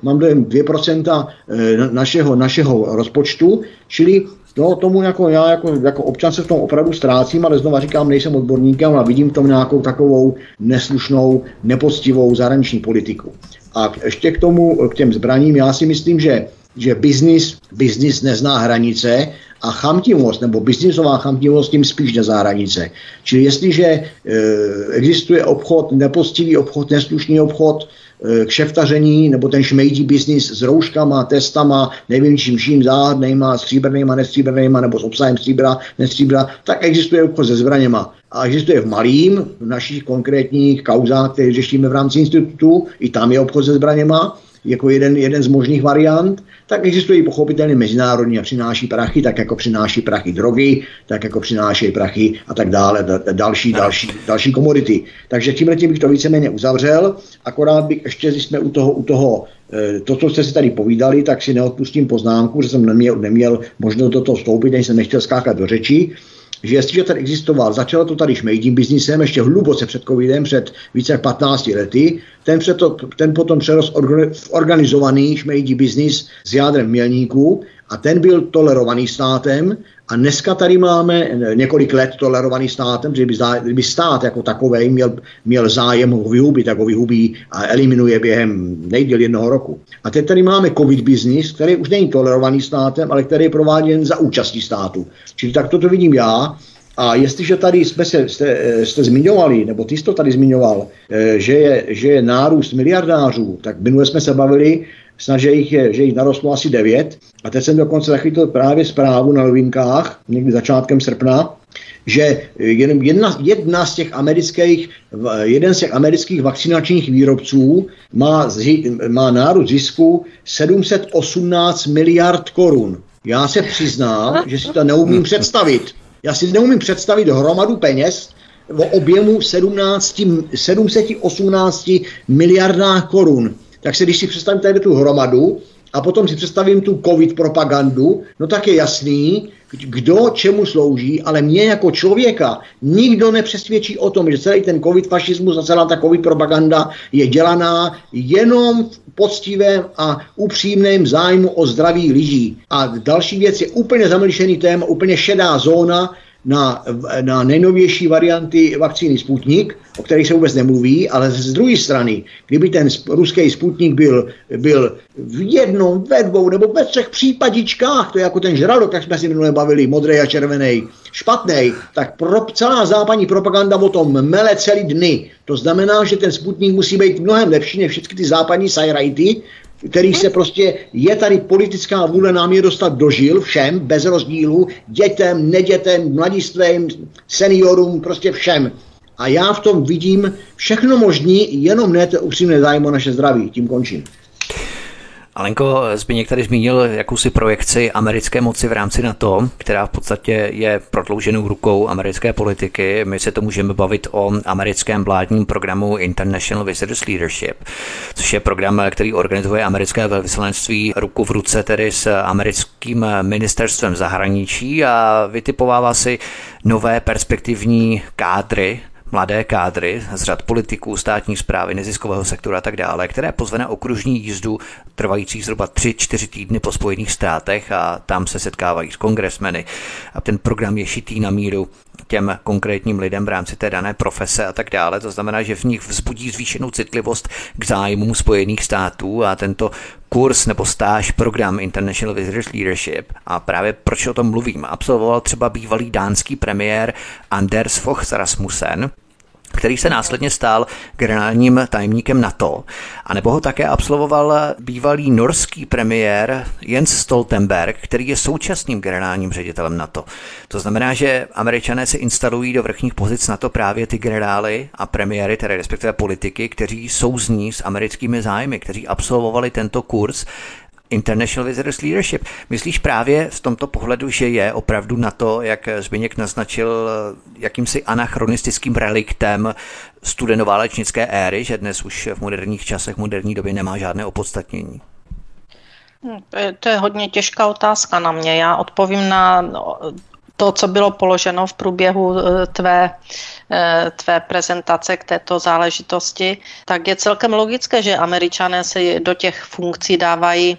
2% našeho rozpočtu, čili tomu jako občan se v tom opravdu ztrácím, ale znova říkám, nejsem odborníkem a vidím v tom nějakou takovou neslušnou, nepoctivou zahraniční politiku. A ještě k těm zbraním, já si myslím, že že biznis nezná hranice a chamtivost, nebo biznisová chamtivost tím spíš nezná hranice. Čili jestliže existuje obchod, nepoctivý obchod, neslušný obchod, kšeftaření, nebo ten šmejdí biznis s rouškama, testama, nevím čím záhadnejma, stříbrnejma, nestříbrnejma, nebo s obsahem stříbra, nestříbra, tak existuje obchod se zbraněma. A existuje v malým, v našich konkrétních kauzách, které řešíme v rámci institutu, i tam je obchod se zbraněma, jako jeden z možných variant, tak existuje i pochopitelně mezinárodní a přináší prachy, tak jako přináší prachy drogy, tak jako přináší prachy a tak dále, další komodity. Takže tímhletím bych to víceméně uzavřel, akorát bych ještě, když jsme u toho to, co jste si tady povídali, tak si neodpustím poznámku, že jsem neměl možnost do toho vstoupit, než jsem nechtěl skákat do řeči, že jestliže tady existoval, začalo to tady šmejdím biznisem ještě hluboce před covidem, před více jak 15 lety, ten potom přerost v organizovaný šmejdí biznis s jádrem milníků a ten byl tolerovaný státem a dneska tady máme několik let tolerovaný státem, že kdyby stát jako takovej měl zájem ho vyhubit, tak ho vyhubí a eliminuje během nejdéle 1 roku. A teď tady máme covid biznis, který už není tolerovaný státem, ale který je prováděn za účastí státu. Čili tak toto vidím já. A jestliže tady jste zmiňovali, nebo ty jsi to tady zmiňoval, že je nárůst miliardářů, tak minule jsme se bavili, snad, že jich narostlo asi 9. A teď jsem dokonce zachytil právě zprávu na novinkách, někdy začátkem srpna, že jeden z těch amerických vakcinačních výrobců má nárůst zisku 718 miliard korun. Já se přiznám, že si to neumím představit. Já si neumím představit hromadu peněz o objemu 718 miliardách korun. Tak se, když si představím tady tu hromadu a potom si představím tu covid propagandu, no tak je jasný, kdo čemu slouží, ale mě jako člověka nikdo nepřesvědčí o tom, že celý ten covid fašismus a celá ta covid propaganda je dělaná jenom v poctivém a upřímném zájmu o zdraví lidí. A další věc je úplně zamlčený téma, úplně šedá zóna na nejnovější varianty vakcíny Sputnik, o kterých se vůbec nemluví, ale z druhé strany, kdyby ten ruský Sputnik byl v jednom, ve dvou nebo ve 3 případičkách, to je jako ten žralok, jak jsme si minule bavili, modrý a červený, špatnej, tak celá západní propaganda o tom mele celý dny. To znamená, že ten Sputnik musí být mnohem lepší než všechny ty západní sajrajty, který se prostě, je tady politická vůle nám je dostat do žil všem, bez rozdílu, dětem, nedětem, mladistvým, seniorům, prostě všem. A já v tom vidím všechno možný, jenom ne to upřímné zájem o naše zdraví. Tím končím. Alenko, Zbyněk tady zmínil jakousi projekci americké moci v rámci NATO, která v podstatě je prodlouženou rukou americké politiky. My se to můžeme bavit o americkém vládním programu International Visitors Leadership, což je program, který organizuje americké velvyslanectví ruku v ruce tedy s americkým ministerstvem zahraničí a vytipovává si nové perspektivní kádry, mladé kádry z řad politiků, státní správy, neziskového sektoru a tak dále, které pozve na okružní jízdu trvající zhruba 3-4 týdny po Spojených státech a tam se setkávají s kongresmeny a ten program je šitý na míru těm konkrétním lidem v rámci té dané profese a tak dále. To znamená, že v nich vzbudí zvýšenou citlivost k zájmům Spojených států a tento kurz nebo stáž program International Visitors Leadership a právě proč o tom mluvím, absolvoval třeba bývalý dánský premiér Anders Fogh Rasmussen, který se následně stal generálním tajemníkem NATO, anebo ho také absolvoval bývalý norský premiér Jens Stoltenberg, který je současným generálním ředitelem NATO. To znamená, že Američané se instalují do vrchních pozic NATO právě ty generály a premiéry, tedy respektive politiky, kteří souzní s americkými zájmy, kteří absolvovali tento kurz International Visitors Leadership. Myslíš právě v tomto pohledu, že je opravdu na to, jak Zbyněk naznačil, jakýmsi anachronistickým reliktem studenoválečnické éry, že dnes už v moderních časech, v moderní době nemá žádné opodstatnění? To je hodně těžká otázka na mě. Já odpovím na to, co bylo položeno v průběhu tvé tvé prezentace k této záležitosti, tak je celkem logické, že Američané se do těch funkcí dávají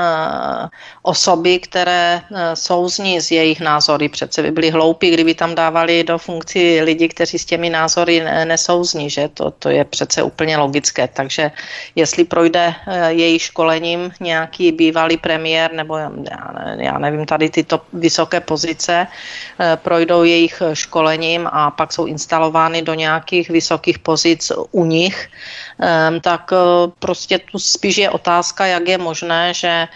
osoby, které souzní s jejich názory. Přece by byli hloupí, kdyby tam dávali do funkcí lidi, kteří s těmi názory nesouzní, že? To je přece úplně logické. Takže jestli projde jejich školením nějaký bývalý premiér, nebo já nevím, tady tyto vysoké pozice projdou jejich školením a pak jsou instalovány do nějakých vysokých pozic u nich, tak prostě tu spíš je otázka, jak je možné, že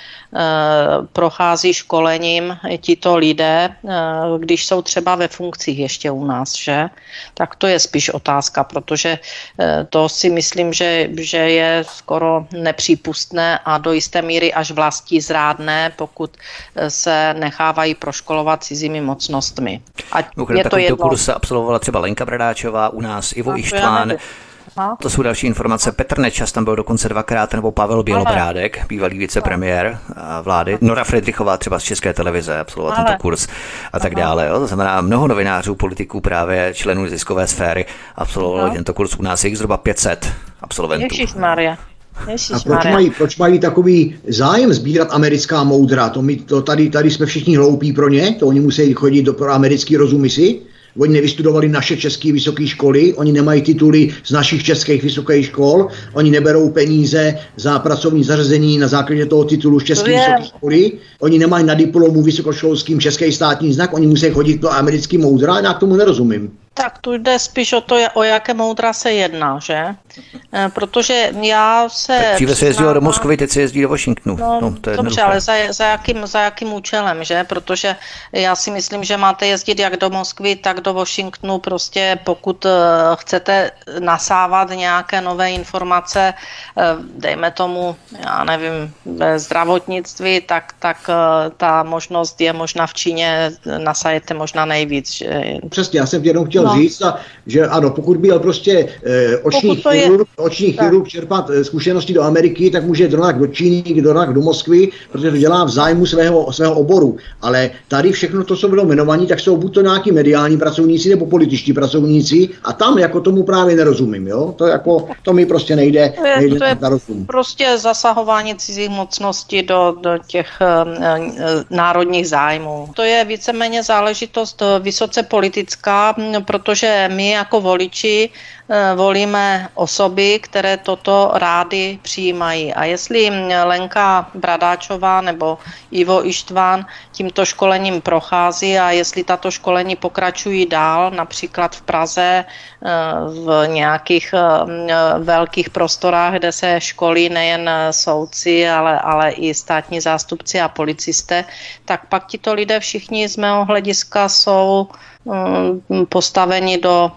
prochází školením tito lidé, když jsou třeba ve funkcích ještě u nás, že? Tak to je spíš otázka, protože to si myslím, že je skoro nepřípustné a do jisté míry až vlastí zrádné, pokud se nechávají proškolovat cizími mocnostmi. Takovýto kurz absolvovala třeba Lenka Bradáčová, u nás Ivo Ištván. To jsou další informace. Petr Nečas tam byl dokonce 2krát, nebo Pavel Bělobrádek, bývalý vicepremiér vlády. Nora Fridrichová třeba z České televize absolvovala tento kurz a tak dále. Jo. To znamená, mnoho novinářů, politiků, právě členů ziskové sféry absolvovali tento kurz. U nás je jich zhruba 500 absolventů. Ježišmarja. A proč mají takový zájem sbírat americká moudra? Tady jsme všichni hloupí pro ně, to oni musí chodit pro americký rozumisy. Oni nevystudovali naše české vysoké školy, oni nemají tituly z našich českých vysokých škol, oni neberou peníze za pracovní zařazení na základě toho titulu z české vysoké školy, oni nemají na diplomu vysokoškolským český státní znak, oni musí chodit pro americký moudra, já k tomu nerozumím. Tak tu jde spíš o to, o jaké moudra se jedná, že? Protože já se... Tak dříve se jezdilo do Moskvy, teď se jezdí do Washingtonu. No to je dobře, ale za jakým účelem, že? Protože já si myslím, že máte jezdit jak do Moskvy, tak do Washingtonu, prostě pokud chcete nasávat nějaké nové informace, dejme tomu, já nevím, ve zdravotnictví, tak ta možnost je možná v Číně, nasajete možná nejvíc. Že... Přesně, já jsem jenom chtěl říct, že ano, pokud byl prostě oční chirurg čerpat zkušenosti do Ameriky, tak může dronat do Číny, dronat do Moskvy, protože to dělá v zájmu svého oboru. Ale tady všechno to, co bylo jmenovaní, tak jsou buď to nějaký mediální pracovníci nebo političtí pracovníci a tam jako tomu právě nerozumím. Jo? To mi prostě nejde na rozum. Prostě zasahování cizích mocností do těch národních zájmů. To je víceméně záležitost vysoce politická, protože my jako voliči volíme osoby, které toto rády přijímají. A jestli Lenka Bradáčová nebo Ivo Ištván tímto školením prochází a jestli tato školení pokračují dál, například v Praze, v nějakých velkých prostorách, kde se školí nejen soudci, ale i státní zástupci a policisté, tak pak tito lidé všichni z mého hlediska jsou postaveni do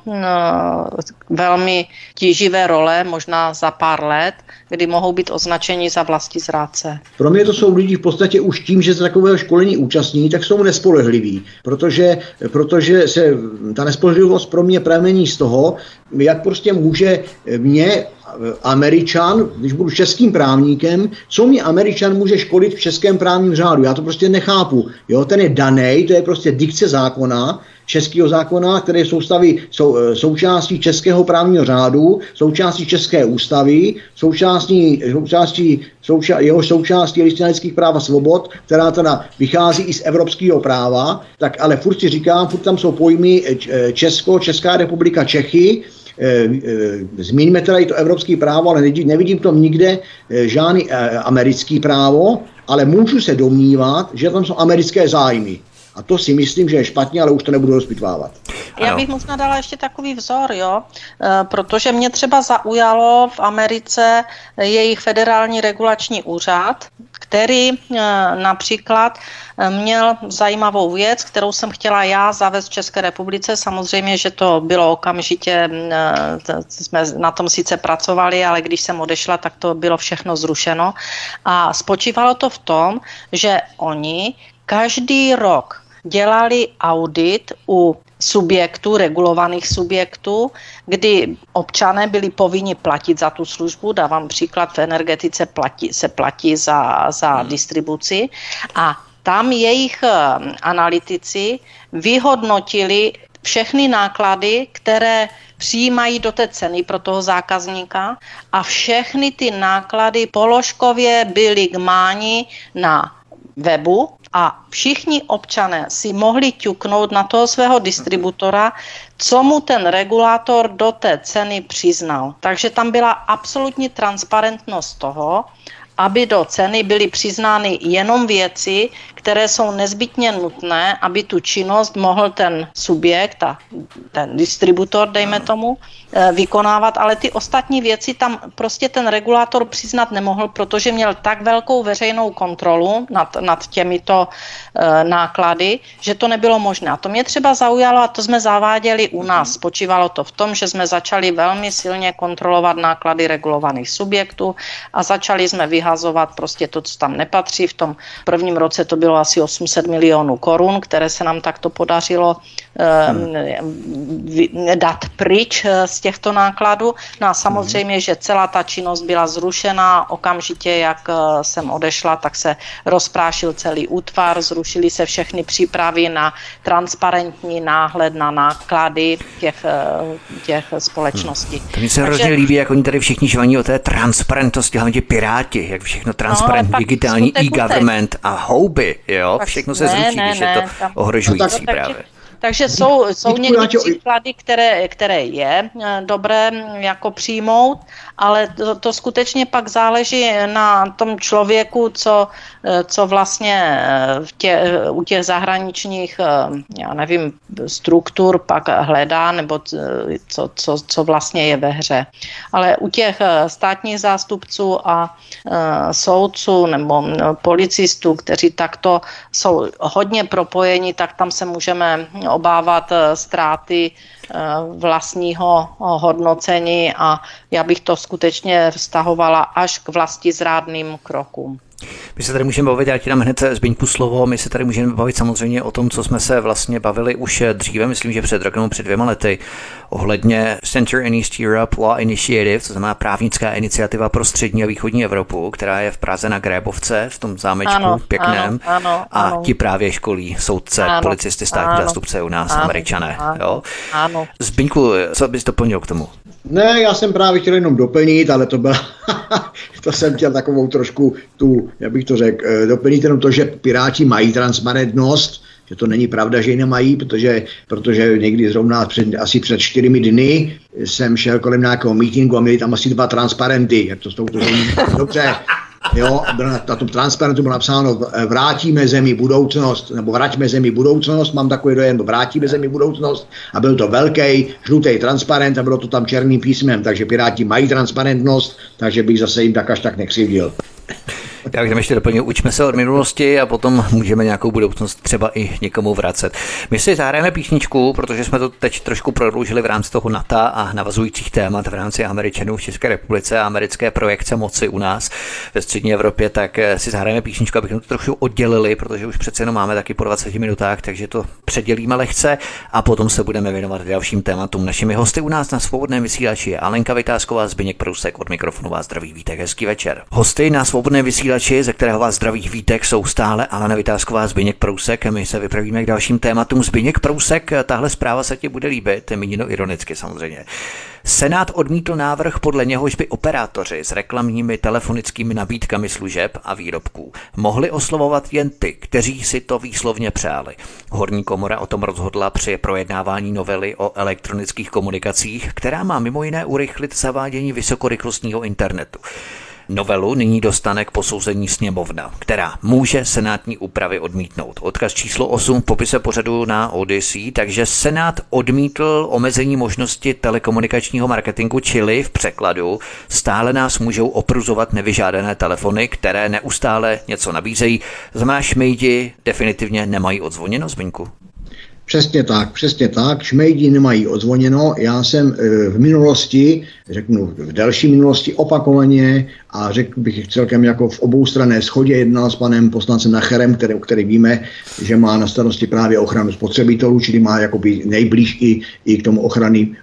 velmi tíživé role, možná za pár let, kdy mohou být označeni za vlastizrádce. Pro mě to jsou lidi v podstatě už tím, že se takového školení účastní, tak jsou nespolehliví, protože se ta nespolehlivost pro mě pramení z toho, jak prostě může mě Američan, když budu českým právníkem, co mě Američan může školit v českém právním řádu. Já to prostě nechápu. Jo, ten je danej, to je prostě dikce zákona, českého zákona, které jsou součástí českého právního řádu, součástí české ústavy, jeho součástí Listina lidských práv a svobod, která teda vychází i z evropského práva, tak ale furt si říkám, furt tam jsou pojmy Česká republika, Čechy, zmíníme teda i to evropské právo, ale nevidím tam nikde žádný americký právo, ale můžu se domnívat, že tam jsou americké zájmy. A to si myslím, že je špatně, ale už to nebudu rozpitvávat. Já bych možná dala ještě takový vzor, jo? Protože mě třeba zaujalo v Americe jejich federální regulační úřad, který například měl zajímavou věc, kterou jsem chtěla já zavést v České republice. Samozřejmě, že to bylo okamžitě, jsme na tom sice pracovali, ale když jsem odešla, tak to bylo všechno zrušeno. A spočívalo to v tom, že oni každý rok dělali audit u subjektů, regulovaných subjektů, kdy občané byli povinni platit za tu službu. Dávám příklad, v energetice se platí za distribuci a tam jejich analytici vyhodnotili všechny náklady, které přijímají do té ceny pro toho zákazníka a všechny ty náklady položkově byly gmáni na webu a všichni občané si mohli ťuknout na toho svého distributora, co mu ten regulátor do té ceny přiznal. Takže tam byla absolutní transparentnost toho, aby do ceny byly přiznány jenom věci, které jsou nezbytně nutné, aby tu činnost mohl ten subjekt a ten distributor, dejme tomu, vykonávat, ale ty ostatní věci tam prostě ten regulátor přiznat nemohl, protože měl tak velkou veřejnou kontrolu nad těmito náklady, že to nebylo možné. A to mě třeba zaujalo a to jsme zaváděli u nás. Spočívalo to v tom, že jsme začali velmi silně kontrolovat náklady regulovaných subjektů a začali jsme vyhazovat prostě to, co tam nepatří. V tom prvním roce to bylo asi 800 milionů korun, které se nám takto podařilo dát pryč z těchto nákladů. No a samozřejmě, že celá ta činnost byla zrušena okamžitě, jak jsem odešla, tak se rozprášil celý útvar, zrušily se všechny přípravy na transparentní náhled na náklady těch společností. To mi se hrozně líbí, jak oni tady všichni žvaní o té transparentnosti, hlavně ti Piráti, jak všechno transparentní, digitální e-government a houby, jo, všechno se zruší, když je to ohrožující právě. Takže jsou někdy příklady, které je dobré jako přijmout, ale to skutečně pak záleží na tom člověku, co vlastně u těch zahraničních, já nevím, struktur pak hledá, nebo co vlastně je ve hře. Ale u těch státních zástupců a soudců nebo policistů, kteří takto jsou hodně propojeni, tak tam se můžeme obávat ztráty vlastního hodnocení a já bych to skutečně vztahovala až k vlastizrádným krokům. My se tady můžeme bavit, já ti dám hned Zbyňku slovo, my se tady můžeme bavit samozřejmě o tom, co jsme se vlastně bavili už dříve, myslím, že před rokem, před 2 lety, ohledně Center in East Europe Law Initiative, to znamená právnická iniciativa pro střední a východní Evropu, která je v Praze na Grébovce, v tom zámečku pěkném, a ti právě školí soudce, policisty, státní zástupce u nás, Američané. Jo? Zbyňku, co bys doplnil k tomu? Ne, já jsem právě chtěl jenom doplnit, ale to jsem chtěl takovou trošku jak bych to řekl, doplnit jenom to, že Piráti mají transparentnost, že to není pravda, že ji nemají, protože někdy zrovna asi před 4 dny jsem šel kolem nějakého mítinku a měli tam asi 2 transparenty, jak to s touto zemí dobře. Jo, na tom transparentu bylo napsáno vrátíme zemi budoucnost, nebo vraťme zemi budoucnost, mám takový dojem, vrátíme zemi budoucnost a byl to velký žlutý transparent a bylo to tam černým písmem, takže Piráti mají transparentnost, takže bych zase jim tak až tak nekřivdil. Já bych ještě doplnil, učme se od minulosti a potom můžeme nějakou budoucnost třeba i někomu vracet. My si zahrajeme písničku, protože jsme to teď trošku prodloužili v rámci toho NATO a navazujících témat v rámci Američanů v České republice a americké projekce moci u nás ve střední Evropě, tak si zahrajeme písničku, abychom to trošku oddělili, protože už přece jenom máme taky po 20 minutách, takže to předělíme lehce a potom se budeme věnovat dalším tématům. Našimi hosty u nás na Svobodném vysílači je Alenka Vytázková, Zbyněk Prousek, od mikrofonu vás zdraví Vítek, hezký večer. Hosty na Svobodném vysílači, ze kterého vás zdraví Vítek, jsou stále Alena Vytázková, Zbyněk Prousek. My se vypravíme k dalším tématům. Zbyněk Prousek, tahle zpráva se ti bude líbit, míněno ironicky samozřejmě. Senát odmítl návrh, podle něhož by operátoři s reklamními telefonickými nabídkami služeb a výrobků mohli oslovovat jen ty, kteří si to výslovně přáli. Horní komora o tom rozhodla při projednávání novely o elektronických komunikacích, která má mimo jiné urychlit zavádění vysokorychlostního internetu. Novelu nyní dostane k posouzení sněmovna, která může senátní úpravy odmítnout. Odkaz číslo 8 v popise pořadu na Odyssey, takže Senát odmítl omezení možnosti telekomunikačního marketingu, čili v překladu stále nás můžou opruzovat nevyžádané telefony, které neustále něco nabízejí. Znamená, šmejdi definitivně nemají odzvoněno, Zbyňku? Přesně tak, šmejdi nemají odzvoněno. Já jsem v minulosti, v delší minulosti opakovaně a řekl bych celkem jako v oboustranné shodě jednal s panem poslancem Nacherem, který víme, že má na starosti právě ochranu spotřebitelů, čili má jakoby nejblíž i k tomu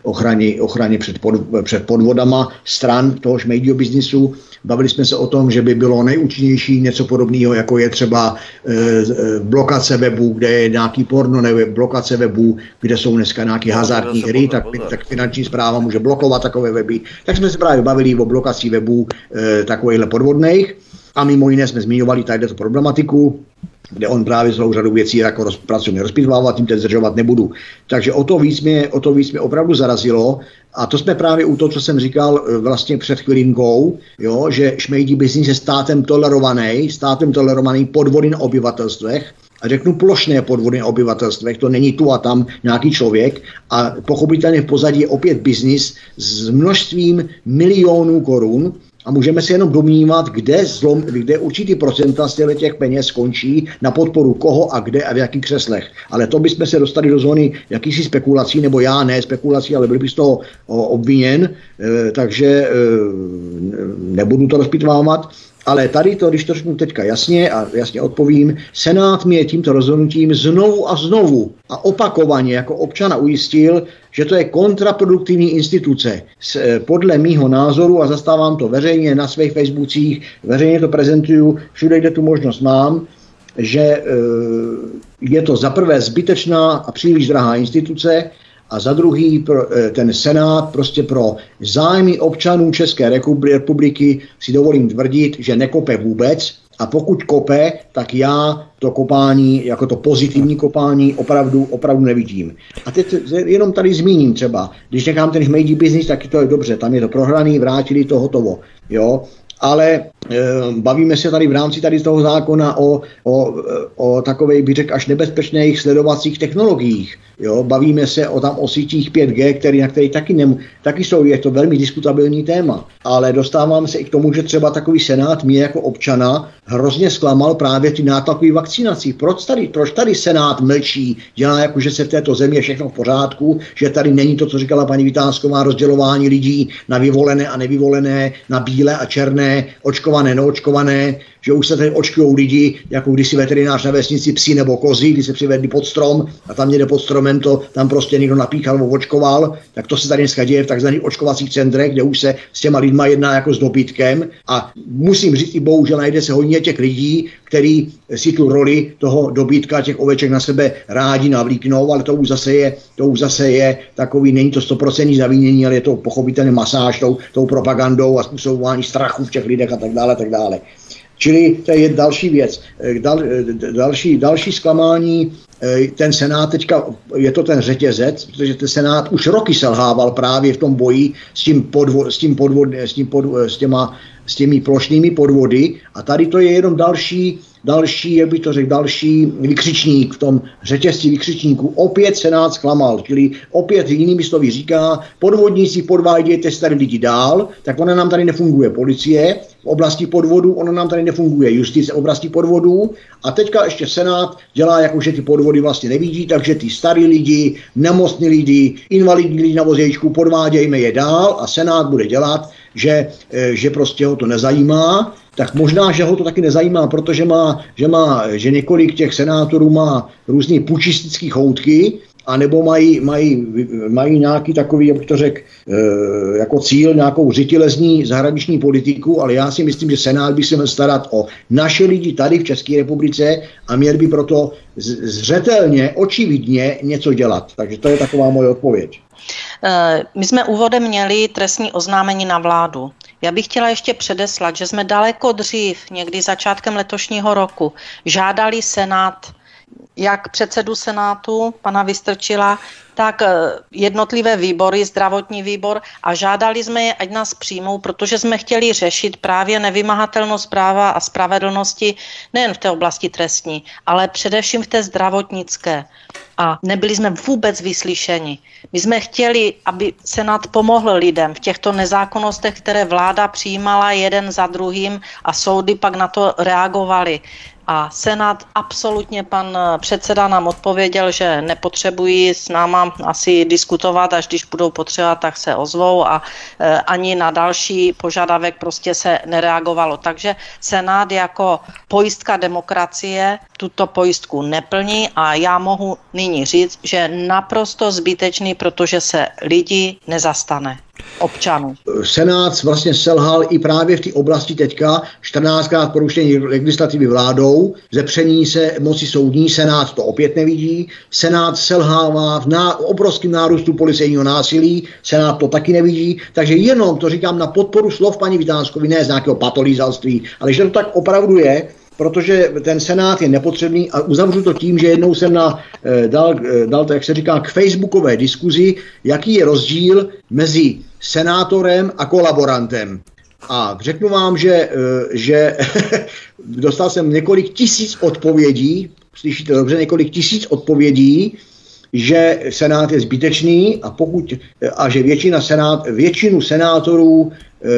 ochraně před podvodama stran toho šmejdího biznisu. Bavili jsme se o tom, že by bylo nejúčinnější něco podobného, jako je třeba blokace webu, kde je nějaký porno, nebo blokace blokace webů, kde jsou dneska nějaké hazardní hry, tak finanční správa může blokovat takové weby. Tak jsme se právě bavili o blokaci webů takovýchhle podvodných a mimo jiné jsme zmiňovali tady tu problematiku, kde on právě celou řadu věcí jako pracovně rozpitvával, tím teď zdržovat nebudu. Takže o to víc mě opravdu zarazilo a to jsme právě u toho, co jsem říkal vlastně před chvilinkou, jo, že šmejdí byznys je státem tolerovaný podvody na obyvatelstvech, a řeknu plošné podvody na obyvatelstvech, to není tu a tam nějaký člověk a pochopitelně v pozadí je opět biznis s množstvím milionů korun a můžeme se jenom domnívat, kde určitý procenta z těch peněz skončí na podporu koho a kde a v jakých křeslech. Ale to bychom se dostali do zóny jakýchsi spekulací, nebo já ne spekulací, ale byl bych z toho obviněn, takže nebudu to rozpitvávat. Ale tady to, když to řeknu teďka jasně a jasně odpovím, Senát mě tímto rozhodnutím znovu a opakovaně jako občana ujistil, že to je kontraproduktivní instituce. Podle mýho názoru, a zastávám to veřejně na svých Facebookích, veřejně to prezentuju všude, kde tu možnost mám, že je to za prvé zbytečná a příliš drahá instituce, a za druhý ten Senát prostě pro zájmy občanů České republiky si dovolím tvrdit, že nekope vůbec a pokud kope, tak já to kopání, jako to pozitivní kopání, opravdu nevidím. A teď jenom tady zmíním třeba, když nechám ten šmejdí biznis, tak to je dobře, tam je to prohraný, vrátili to hotovo, jo. Ale bavíme se tady v rámci tady toho zákona o takovej, bych řekl, až nebezpečných sledovacích technologiích. Jo? Bavíme se o sítích 5G, na který taky jsou, je to velmi diskutabilní téma. Ale dostávám se i k tomu, že třeba takový Senát mě jako občana hrozně zklamal právě ty nátlakové vakcinací. Proč tady Senát mlčí, dělá jako, že se v této zemi je všechno v pořádku, že tady není to, co říkala paní Vitásková, rozdělování lidí na vyvolené a nevyvolené, na bílé a černé, očkované, neočkované, že už se tady očkují lidi, jako když si veterinář na vesnici psi nebo kozy, když se přivedli pod strom a tam někde pod stromem tam prostě někdo napíchal nebo očkoval, tak to se tady dneska děje v takzvaných očkovacích centrech, kde už se s těma lidma jedná jako s dobytkem a musím říct i bohužel najde se hodně těch lidí, který si tu roli toho dobytka, těch oveček na sebe rádi navlíknou, ale to už zase je takový, není to 100% zavinění, ale je to pochopitelně masáž tou propagandou a způsobování strachu v těch lidech a tak dále. Čili to je další věc. Další zklamání, ten Senát teďka, je to ten řetězec, protože ten Senát už roky selhával právě v tom boji s těmi plošnými podvody a tady to je jenom další, jak bych to řekl, další vykřičník v tom řetězci vykřičníků. Opět Senát zklamal, čili opět jinými slovy říká, podvodníci podvádějte starý lidi dál, tak ona nám tady nefunguje policie v oblasti podvodů, ona nám tady nefunguje justice v oblasti podvodů a teďka ještě Senát dělá jako, že ty podvody vlastně nevidí, takže ty starý lidi, nemocní lidi, invalidní lidi na vozejčku, podvádějme je dál a Senát bude dělat, že prostě ho to nezajímá, tak možná, že ho to taky nezajímá, protože že několik těch senátorů má různé pučistické choutky, anebo mají nějaký takový, jak to řekl, jako cíl, nějakou řitilezní zahraniční politiku, ale já si myslím, že Senát by se měl starat o naše lidi tady v České republice a měl by proto zřetelně, očividně něco dělat. Takže to je taková moje odpověď. My jsme úvodem měli trestní oznámení na vládu. Já bych chtěla ještě předeslat, že jsme daleko dřív, někdy začátkem letošního roku, žádali Senát, jak předsedu Senátu, pana Vystrčila, tak jednotlivé výbory, zdravotní výbor a žádali jsme je, ať nás přijmou, protože jsme chtěli řešit právě nevymahatelnost práva a spravedlnosti nejen v té oblasti trestní, ale především v té zdravotnické. A nebyli jsme vůbec vyslyšeni. My jsme chtěli, aby Senát pomohl lidem v těchto nezákonnostech, které vláda přijímala jeden za druhým a soudy pak na to reagovaly. A Senát absolutně, pan předseda nám odpověděl, že nepotřebují s náma asi diskutovat, až když budou potřebovat, tak se ozvou a ani na další požadavek prostě se nereagovalo. Takže Senát jako pojistka demokracie tuto pojistku neplní a já mohu nyní říct, že je naprosto zbytečný, protože se lidi nezastane. občanů. Senát vlastně selhal i právě v té oblasti teďka, 14krát porušení legislativy vládou, zepření se moci soudní, Senát to opět nevidí, Senát selhává v obrovském nárůstu policejního násilí, Senát to taky nevidí, takže jenom to říkám na podporu slov paní Vitánskové, ne z nějakého patolízalství, ale že to tak opravdu je, protože ten Senát je nepotřebný a uzavřu to tím, že jednou jsem dal to, jak se říká, k facebookové diskuzi, jaký je rozdíl mezi senátorem a kolaborantem. A řeknu vám, že dostal jsem několik tisíc odpovědí, slyšíte dobře, několik tisíc odpovědí, že Senát je zbytečný a že většinu senátorů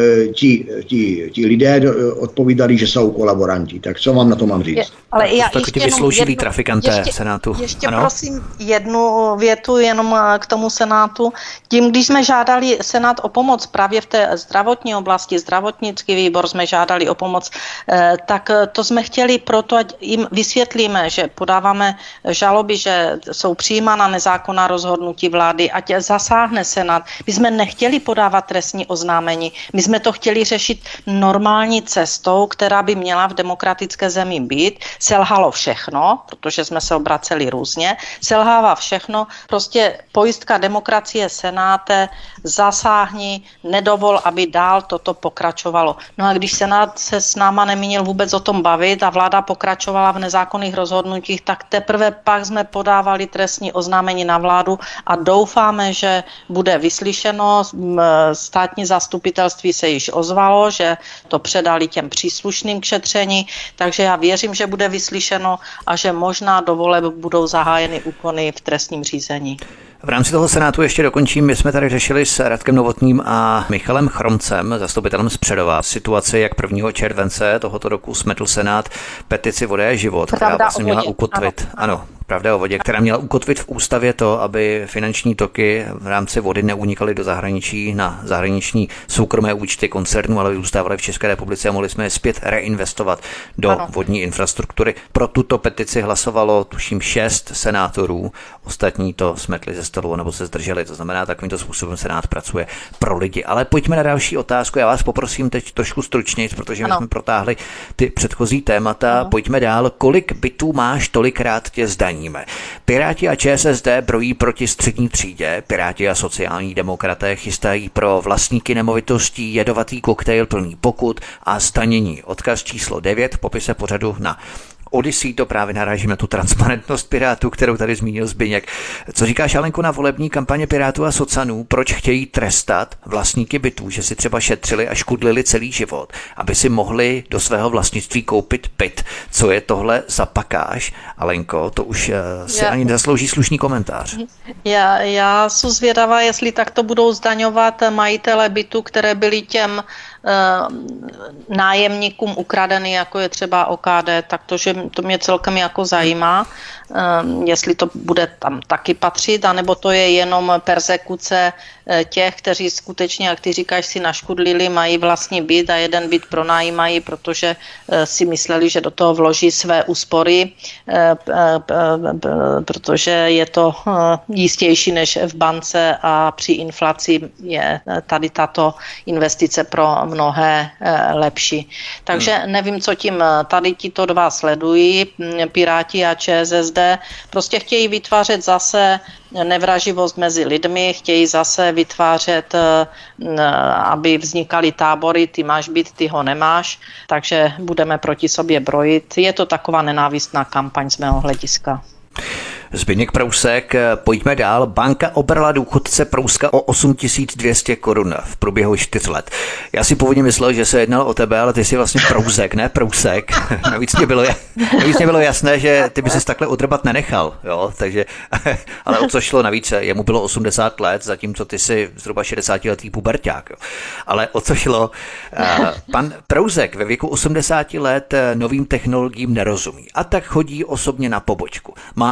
ti lidé odpovídali, že jsou kolaboranti. Tak co vám na to mám říct? Ale já ještě ti vysloužilí trafikanté Senátu. Ještě ano? Prosím jednu větu jenom k tomu Senátu. Tím, když jsme žádali Senát o pomoc právě v té zdravotní oblasti, zdravotnický výbor jsme žádali o pomoc, tak to jsme chtěli proto, ať jim vysvětlíme, že podáváme žaloby, že jsou přijímána nezákonná rozhodnutí vlády, ať zasáhne Senát. My jsme nechtěli podávat trestní oznámení. My jsme to chtěli řešit normální cestou, která by měla v demokratické zemi být. Selhalo všechno, protože jsme se obraceli různě. Selhává všechno. Prostě pojistka demokracie Senáte, zasáhni, nedovol, aby dál toto pokračovalo. No a když Senát se s náma nemínil vůbec o tom bavit a vláda pokračovala v nezákonných rozhodnutích, tak teprve pak jsme podávali trestní oznámení na vládu a doufáme, že bude vyslyšeno. Státní zastupitelství se již ozvalo, že to předali těm příslušným k šetření, takže já věřím, že bude vyslyšeno a že možná do voleb budou zahájeny úkony v trestním řízení. V rámci toho Senátu ještě dokončím. My jsme tady řešili s Radkem Novotným a Michalem Chromcem, zastupitelem z Přerova, situaci, jak 1. července tohoto roku smetl Senát petici Voda je život, která vlastně měla ukotvit. Ano, pravda o vodě, která měla ukotvit v ústavě to, aby finanční toky v rámci vody neunikaly do zahraničí na zahraniční soukromé účty koncernů, ale zůstávaly v České republice a mohli jsme je zpět reinvestovat do vodní infrastruktury. Pro tuto petici hlasovalo tuším 6 senátorů, ostatní to smetli ze stolu nebo se zdrželi. To znamená, takovýmto způsobem Senát pracuje pro lidi. Ale pojďme na další otázku. Já vás poprosím teď trošku stručněji, protože my jsme protáhli ty předchozí témata. Pojďme dál. Kolik bytů máš, tolikrát tě zdaníme. Piráti a ČSSD brojí proti střední třídě. Piráti a sociální demokraté chystají pro vlastníky nemovitostí jedovatý koktejl plný pokut a zdanění. Odkaz číslo 9 v popise pořadu na Odyssey, to právě narážíme tu transparentnost Pirátů, kterou tady zmínil Zbyněk. Co říkáš, Alenko, na volební kampaně Pirátů a socanů? Proč chtějí trestat vlastníky bytů, že si třeba šetřili a škudlili celý život, aby si mohli do svého vlastnictví koupit byt? Co je tohle za pakáž? Alenko, to už si ani nezaslouží slušný komentář. Já jsem zvědavá, jestli takto budou zdaňovat majitele bytu, které byly těm nájemníkům ukradeny, jako je třeba OKD, tak to mě celkem jako zajímá, jestli to bude tam taky patřit, anebo to je jenom persekuce těch, kteří skutečně, jak ty říkáš, si naškudlili, mají vlastní byt a jeden byt pronajímají, protože si mysleli, že do toho vloží své úspory, protože je to jistější než v bance a při inflaci je tady tato investice pro mnohé lepší. Takže nevím, co tím tady tito dva sledují, Piráti a ČSSD, prostě chtějí vytvářet zase nevraživost mezi lidmi, chtějí zase vytvářet, aby vznikaly tábory, ty máš byt, ty ho nemáš, takže budeme proti sobě brojit. Je to taková nenávistná kampaň z mého hlediska. Zbyněk Prousek, pojďme dál. Banka obrala důchodce Prouska o 8200 korun v průběhu 4 let. Já si původně myslel, že se jednalo o tebe, ale ty jsi vlastně Prousek, ne Prousek. Navíc mě bylo jasné, že ty by ses takhle odrbat nenechal, jo, takže, ale o co šlo navíc, jemu bylo 80 let, zatímco ty jsi zhruba 60letý puberťák, jo. Ale o co šlo, pan Prousek ve věku 80 let novým technologiím nerozumí a tak chodí osobně na pobočku. Má už lék,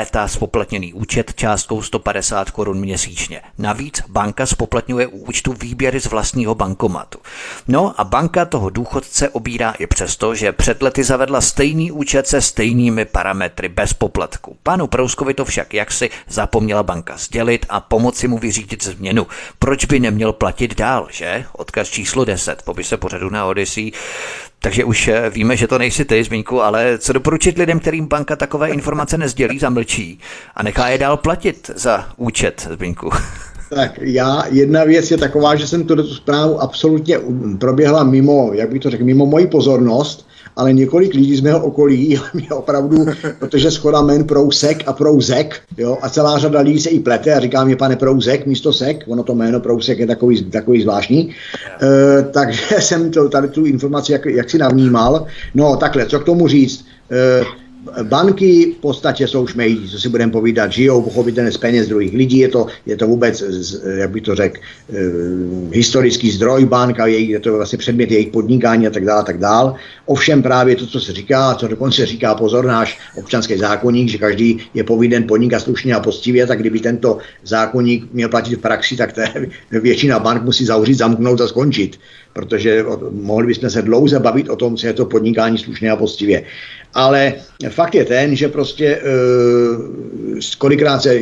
léta spoplatněný účet částkou 150 korun měsíčně. Navíc banka spoplatňuje u účtu výběry z vlastního bankomatu. No a banka toho důchodce obírá i přesto, že před lety zavedla stejný účet se stejnými parametry bez poplatku. Panu Prouskovi to však jaksi zapomněla banka sdělit a pomoci mu vyřídit změnu. Proč by neměl platit dál, že? Odkaz číslo 10, popise pořadu na Odyssey. Takže už víme, že to nejsi ty, Zbyňku, ale co doporučit lidem, kterým banka takové informace nezdělí, zamlčí a nechá je dál platit za účet, Zbyňku? Tak jedna věc je taková, že jsem tu zprávu absolutně proběhla mimo, jak bych to řekl, mimo moji pozornost, ale několik lidí z mého okolí mě opravdu, protože schoda jmen Prousek a Prouzek, jo, a celá řada lidí se i plete a říká mě pane Prouzek místo Sek, ono to jméno Prousek je takový zvláštní, takže jsem tady tu informaci jak si navnímal. No takhle, co k tomu říct? Banky v podstatě jsou šmejdi, co si budeme povídat, žijou pochopitelně z peněz druhých lidí, je to vůbec, jak bych to řekl, historický zdroj bank a je to vlastně předmět jejich podnikání a tak dál. Ovšem právě to, co se říká, co dokonce říká pozor náš občanský zákoník, že každý je povinen podnikat slušně a poctivě, tak kdyby tento zákoník měl platit v praxi, tak většina bank musí zavřít, zamknout a skončit, protože mohli bychom se dlouze bavit o tom, co je to podnikání slušně a poctivě. Ale fakt je ten, že prostě kolikrát se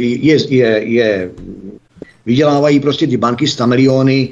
vydělávají prostě ty banky 100 miliony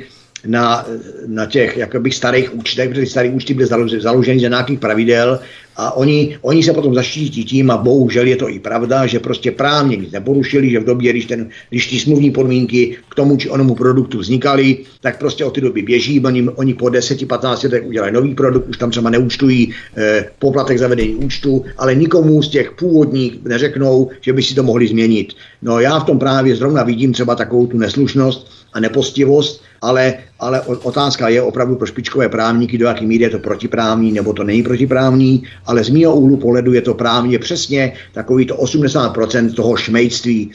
na těch jakoby starých účtech, protože staré účty byly založeny za nějakých pravidel a oni se potom zaštítí tím a bohužel je to i pravda, že prostě právně nic neporušili, že v době, když ty smluvní podmínky k tomu či onomu produktu vznikaly, tak prostě od té doby běží, oni po 10-15 letech udělají nový produkt, už tam třeba neúčtují poplatek zavedení účtu, ale nikomu z těch původních neřeknou, že by si to mohli změnit. No já v tom právě zrovna vidím třeba takovou tu neslušnost a nepostivost, ale otázka je opravdu pro špičkové právníky, do jaký míry je to protiprávní nebo to není protiprávní, ale z mého úhlu pohledu je to právně přesně takový to 80% toho šmejctví,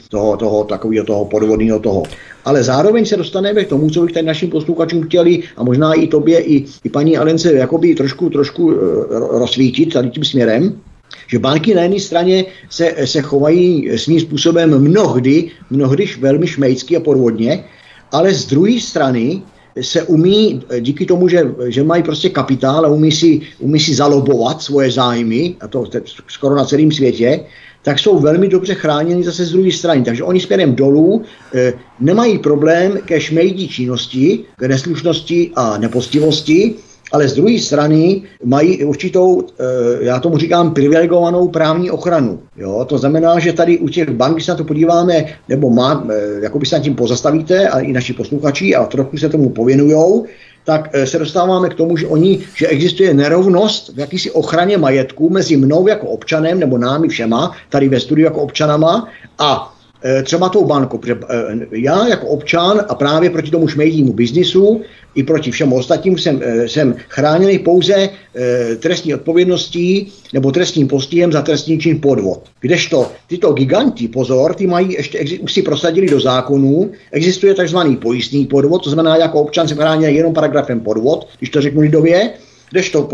toho podvodného toho. Ale zároveň se dostaneme k tomu, co bych tady našim posluchačům chtěli a možná i tobě, i paní Alence jakoby trošku rozsvítit tady tím směrem, že banky na jedné straně se chovají svým způsobem mnohdy velmi šmejcky a podvodně, ale z druhé strany se umí, díky tomu, že mají prostě kapitál a umí si zalobovat svoje zájmy, a to skoro na celém světě, tak jsou velmi dobře chráněni zase z druhé strany. Takže oni směrem dolů nemají problém ke šmejdí činnosti, k neslušnosti a nepostivosti, ale z druhé strany mají určitou, já tomu říkám, privilegovanou právní ochranu. Jo? To znamená, že tady u těch bank, když se na to podíváme, nebo jakoby se nad tím pozastavíte, a i naši posluchači, a trochu se tomu pověnujou, tak se dostáváme k tomu, že existuje nerovnost v jakýsi ochraně majetku mezi mnou jako občanem, nebo námi všema, tady ve studiu jako občanama, a třeba tou bankou. Já jako občan a právě proti tomu šmejdímu biznisu i proti všem ostatním jsem chráněný pouze trestní odpovědností nebo trestním postihem za trestný čin podvod. Kdežto tyto giganti, pozor, ty mají ještě, už si prosadili do zákonů, existuje takzvaný pojistný podvod, to znamená, jako občan jsem chráněný jenom paragrafem podvod, když to řeknu lidově, kdežto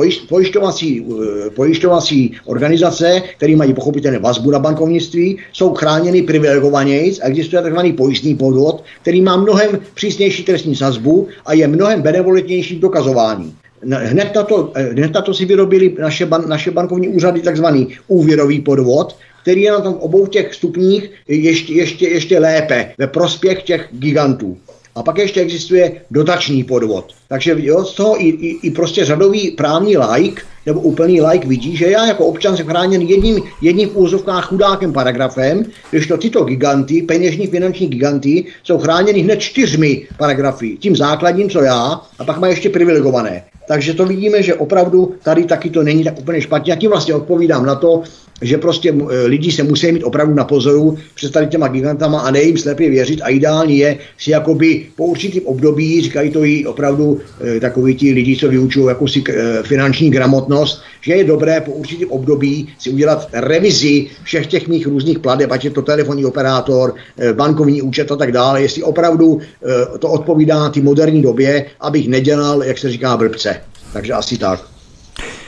pojišťovací organizace, které mají pochopitelně vazbu na bankovnictví, jsou chráněny privilegovaněji a existuje tzv. Pojistný podvod, který má mnohem přísnější trestní sazbu a je mnohem benevolentnější dokazování. Hned na to si vyrobili naše bankovní úřady tzv. Úvěrový podvod, který je na tom obou těch stupních ještě lépe ve prospěch těch gigantů. A pak ještě existuje dotační podvod. Takže jo, z toho i prostě řadový právní laik nebo úplný laik vidí, že já jako občan jsem chráněn jedním v úvozovkách chudákem paragrafem, když to tyto giganty, peněžní finanční giganty, jsou chráněni hned 4 paragrafy. Tím základním, co já, a pak mají ještě privilegované. Takže to vidíme, že opravdu tady taky to není tak úplně špatně. A tím vlastně odpovídám na to, že prostě lidi se musí mít opravdu na pozoru před tady těma gigantama a ne jim slepě věřit a ideální je si jakoby po určitým období, říkají to i opravdu takoví ti lidi, co vyučují jakousi finanční gramotnost, že je dobré po určitým období si udělat revizi všech těch mých různých plateb, ať je to telefonní operátor, bankovní účet a tak dále, jestli opravdu to odpovídá té moderní době, abych nedělal, jak se říká, blbce. Takže asi tak.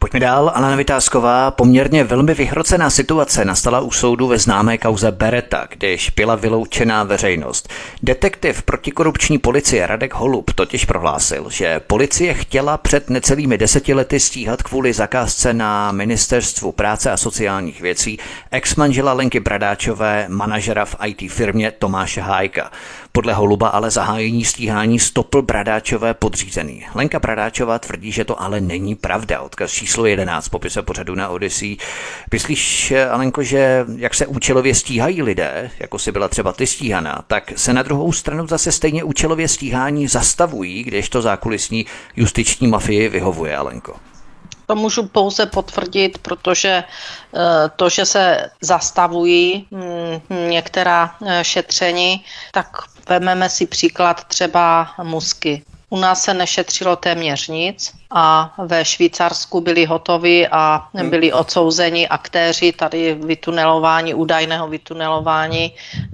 Pojďme dál. Alena Vitásková, poměrně velmi vyhrocená situace nastala u soudu ve známé kauze Beretta, když byla vyloučená veřejnost. Detektiv protikorupční policie Radek Holub totiž prohlásil, že policie chtěla před necelými 10 lety stíhat kvůli zakázce na Ministerstvu práce a sociálních věcí ex-manžela Lenky Bradáčové, manažera v IT firmě Tomáše Hájka. Podle Holuba ale zahájení stíhání stopl Bradáčové podřízený. Lenka Bradáčová tvrdí, že to ale není pravda. Odkaz číslo 11 popise pořadu na Odyssey. Myslíš, Alenko, že jak se účelově stíhají lidé, jako si byla třeba ty stíhaná, tak se na druhou stranu zase stejně účelově stíhání zastavují, když to zákulisní justiční mafii vyhovuje, Alenko? To můžu pouze potvrdit, protože to, že se zastavují některá šetření, tak vezmeme si příklad třeba Musky. U nás se nešetřilo téměř nic a ve Švýcarsku byli hotovi a byli odsouzeni aktéři tady údajného vytunelování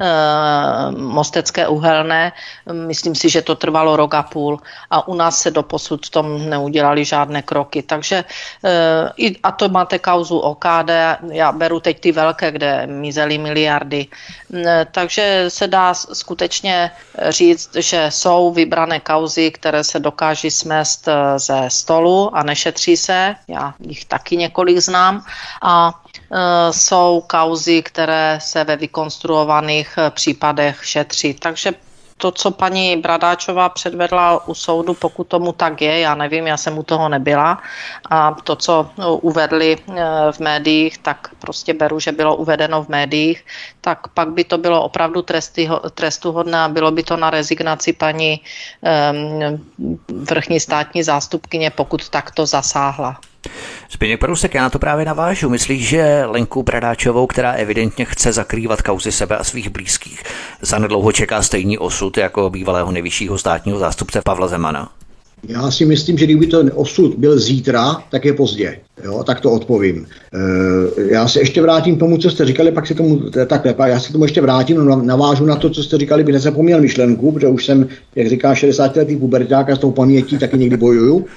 Mostecké uhelné. Myslím si, že to trvalo rok a půl a u nás se doposud v tom neudělali žádné kroky. Takže a to máte kauzu OKD, já beru teď ty velké, kde mizely miliardy. Takže se dá skutečně říct, že jsou vybrané kauzy, které se dokáží smést ze stolu a nešetří se, já jich taky několik znám, a jsou kauzy, které se ve vykonstruovaných případech šetří. Takže to, co paní Bradáčová předvedla u soudu, pokud tomu tak je, já nevím, já jsem u toho nebyla, a to, co uvedli v médiích, tak prostě beru, že bylo uvedeno v médiích, tak pak by to bylo opravdu trestuhodné a bylo by to na rezignaci paní vrchní státní zástupkyně, pokud takto zasáhla. Zbyněk Parousek, já na to právě navážu. Myslíš, že Lenku Bradáčovou, která evidentně chce zakrývat kauzy sebe a svých blízkých, zanedlouho čeká stejný osud jako bývalého nejvyššího státního zástupce Pavla Zemana? Já si myslím, že kdyby ten osud byl zítra, tak je pozdě. Jo, tak to odpovím. Já se ještě vrátím k tomu, co jste říkali, pak se tomu já se tomu ještě vrátím, navážu na to, co jste říkali, by nezapomněl myšlenku, protože už jsem, jak říká, 60letý puberťák a s tou pamětí taky někdy bojuju.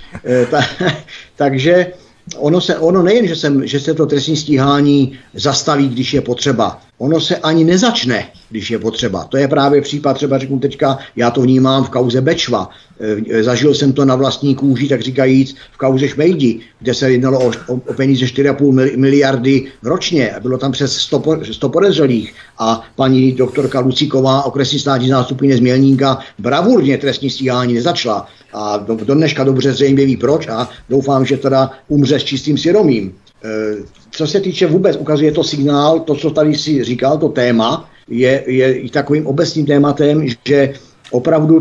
Takže ono nejen, že se to trestní stíhání zastaví, když je potřeba. Ono se ani nezačne, když je potřeba. To je právě případ, třeba řeknu teďka, já to vnímám v kauze Bečva. Zažil jsem to na vlastní kůži, tak říkajíc, v kauze Šmejdi, kde se jednalo o peníze 4,5 miliardy ročně. Bylo tam přes 100 podezřelých a paní doktorka Lucíková, okresní státní zástupkyně z Mělníka, bravurně trestní stíhání nezačala. A do dneška dobře zřejmě ví proč a doufám, že teda umře s čistým svědomím. Co se týče vůbec, ukazuje to signál, to, co tady si říkal, to téma, je i takovým obecným tématem, že opravdu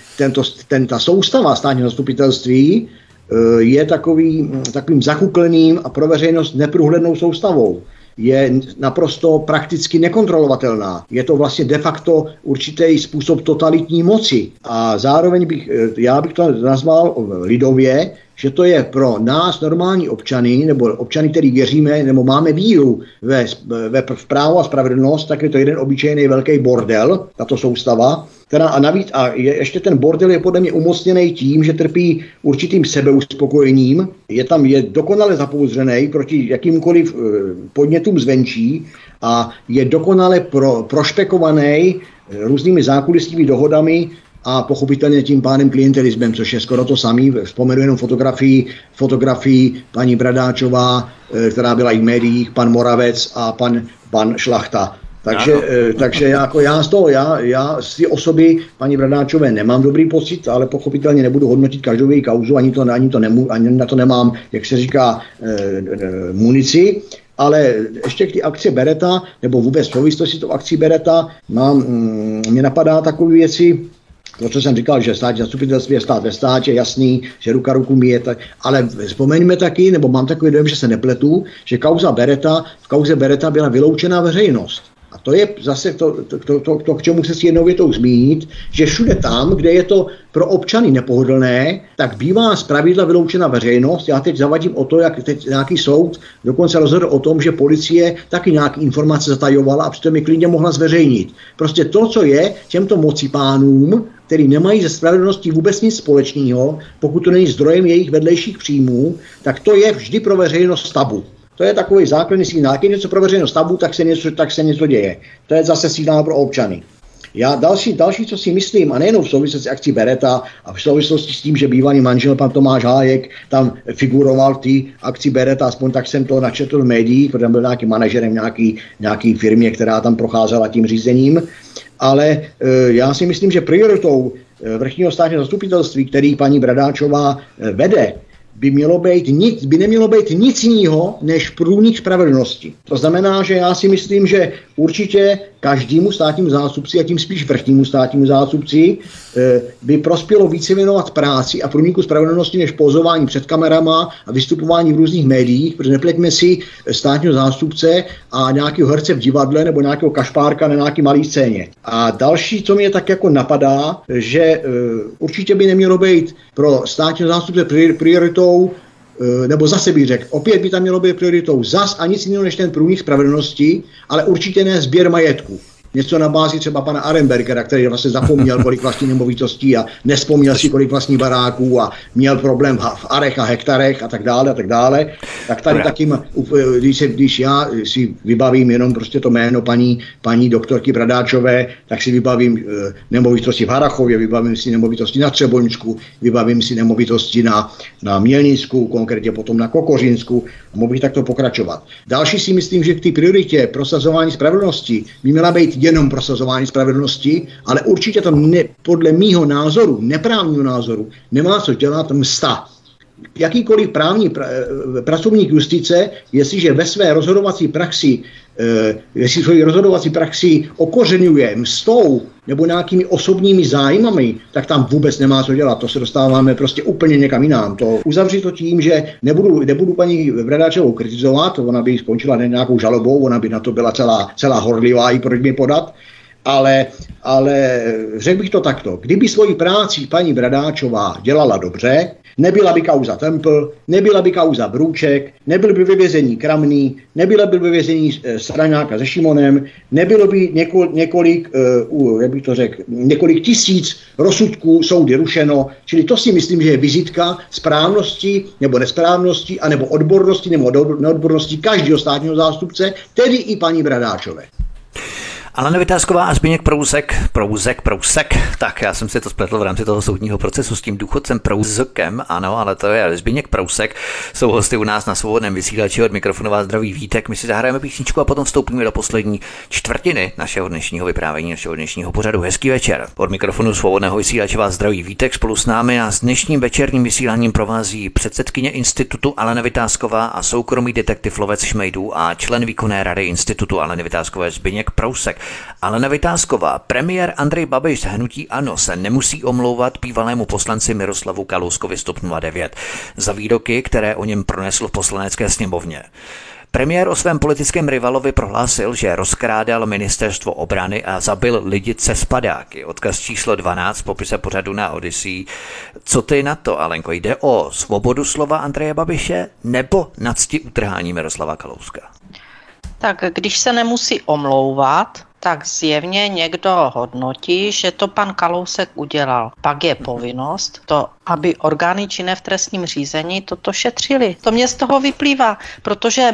ta soustava státního zastupitelství je takovým zakukleným a pro veřejnost neprůhlednou soustavou. Je naprosto prakticky nekontrolovatelná. Je to vlastně de facto určitý způsob totalitní moci. A zároveň já bych to nazval lidově, že to je pro nás normální občany, nebo občany, který věříme, nebo máme víru v právo a spravedlnost, tak je to jeden obyčejný velký bordel, tato soustava, která a navíc, a ještě ten bordel je podle mě umocněný tím, že trpí určitým sebeuspokojením, je dokonale zapouzdřený proti jakýmkoliv podnětům zvenčí a je dokonale prošpekovaný různými zákulisními dohodami a pochopitelně tím pádem klientelismem, což je skoro to samé. Vzpomenu jenom fotografii paní Bradáčová, která byla i v médiích, pan Moravec a pan Šlachta. Takže jako já z té osoby paní Bradáčové nemám dobrý pocit, ale pochopitelně nebudu hodnotit každou její kauzu, ani na to nemám, jak se říká, munici. Ale ještě k té akci Beretta, nebo vůbec souvislosti s tou akcí Beretta, mě napadá takové věci, to, co jsem říkal, že státní zastupitelství je stát ve státě, jasný, že ruka ruku míje, ale vzpomeňme taky, nebo mám takový dojem, že se nepletu, že v kauze Beretta byla vyloučená veřejnost. A to je zase to, k čemu se si jednou větou zmínit, že všude tam, kde je to pro občany nepohodlné, tak bývá zpravidla vyloučena veřejnost. Já teď zavadím o to, jak teď nějaký soud dokonce rozhodl o tom, že policie taky nějaké informace zatajovala a přitom je klidně mohla zveřejnit. Prostě to, co je těmto mocipánům, které nemají ze spravedlností vůbec nic společného, pokud to není zdrojem jejich vedlejších příjmů, tak to je vždy pro veřejnost tabu. To je takový základní signál. Když něco pro veřejnost tabu, tak se něco děje. To je zase signál pro občany. Já další, co si myslím, a nejenom v souvislosti s akcí Beretta a v souvislosti s tím, že bývalý manžel pan Tomáš Hájek tam figuroval v té akci Beretta, aspoň tak jsem to načetl v médiích, protože byl nějakým manažerem nějaký firmě, která tam procházela tím řízením, ale já si myslím, že prioritou vrchního státního zastupitelství, který paní Bradáčová vede, by nemělo být nic jiného než průnik spravedlnosti. To znamená, že já si myslím, že určitě každému státnímu zástupci, a tím spíš vrchnímu státnímu zástupci, by prospělo více věnovat práci a průniku spravedlnosti než pozování před kamerama a vystupování v různých médiích, protože nepleťme si státního zástupce a nějakého herce v divadle nebo nějakého kašpárka na nějaký malý scéně. A další, co mě tak jako napadá, že určitě by nemělo být pro státního zástupce prioritou, nebo zase bych řekl, opět by tam mělo být prioritou zas a nic jiného než ten průnik spravedlnosti, ale určitě ne sběr majetku. Něco na bázi třeba pana Arenbergera, který vlastně zapomněl, kolik vlastní nemovitostí a nespomněl si, kolik vlastní baráků a měl problém v arech a hektarech a tak dále. Tak tady takým, když já si vybavím jenom prostě to jméno paní doktorky Bradáčové, tak si vybavím nemovitosti v Harrachově, vybavím si nemovitosti na Třeboňsku, vybavím si nemovitosti na Mělnicku, konkrétně potom na Kokořinsku a mohl bych takto pokračovat. Další si myslím, že k té prioritě prosazování spravedlnosti by měla být jenom prosazování spravedlnosti, ale určitě to podle mýho názoru, neprávního názoru, nemá co dělat msta. Jakýkoliv pracovník justice, jestliže ve své rozhodovací praxi okořeňuje mstou nebo nějakými osobními zájmami, tak tam vůbec nemá co dělat. To se dostáváme prostě úplně někam jinam. To uzavřít to tím, že nebudu paní Bradáčovou kritizovat, ona by skončila nějakou žalobou, ona by na to byla celá horlivá i proč mě podat, ale řekl bych to takto. Kdyby svoji práci paní Bradáčová dělala dobře, nebyla by kauza Templ, nebyla by kauza Brůček, nebyl by ve vězení Kramný, nebyla by ve vězení Straňáka se Šimonem, nebylo by několik tisíc rozsudků soudy rušeno, čili to si myslím, že je vizitka správnosti nebo nesprávnosti, anebo odbornosti nebo neodbornosti každého státního zástupce, tedy i paní Bradáčové. Alena Vitásková a Zbyněk Prousek, tak já jsem si to spletl v rámci toho soudního procesu s tím důchodcem Prouzekem, ano, ale to je Zbyněk Prousek, jsou hosty u nás na Svobodném vysílači, od mikrofonu vás zdraví Vítek, my si zahrajeme písničku a potom vstoupíme do poslední čtvrtiny našeho dnešního vyprávění, našeho dnešního pořadu. Hezký večer. Od mikrofonu Svobodného vysílače vás zdraví Vítek, spolu s námi a s dnešním večerním vysíláním provází předsedkyně institutu Alena Vitásková a soukromý detektiv lovec šmejdů a člen výkonné rady institutu Aleny Vitáskové Zbyněk Prousek. Alena Vitásková, premiér Andrej Babiš z hnutí ANO se nemusí omlouvat bývalému poslanci Miroslavu Kalouskovi z TOP 09 za výroky, které o něm pronesl v poslanecké sněmovně. Premiér o svém politickém rivalovi prohlásil, že rozkrádal ministerstvo obrany a zabil lidi cespadáky. Odkaz číslo 12 v popise pořadu na Odyssey. Co ty na to, Alenko? Jde o svobodu slova Andreje Babiše nebo na cti utrhání Miroslava Kalouska? Tak když se nemusí omlouvat, tak zjevně někdo hodnotí, že to pan Kalousek udělal. Pak je povinnost to, aby orgány činné v trestním řízení toto šetřili. To mě z toho vyplývá, protože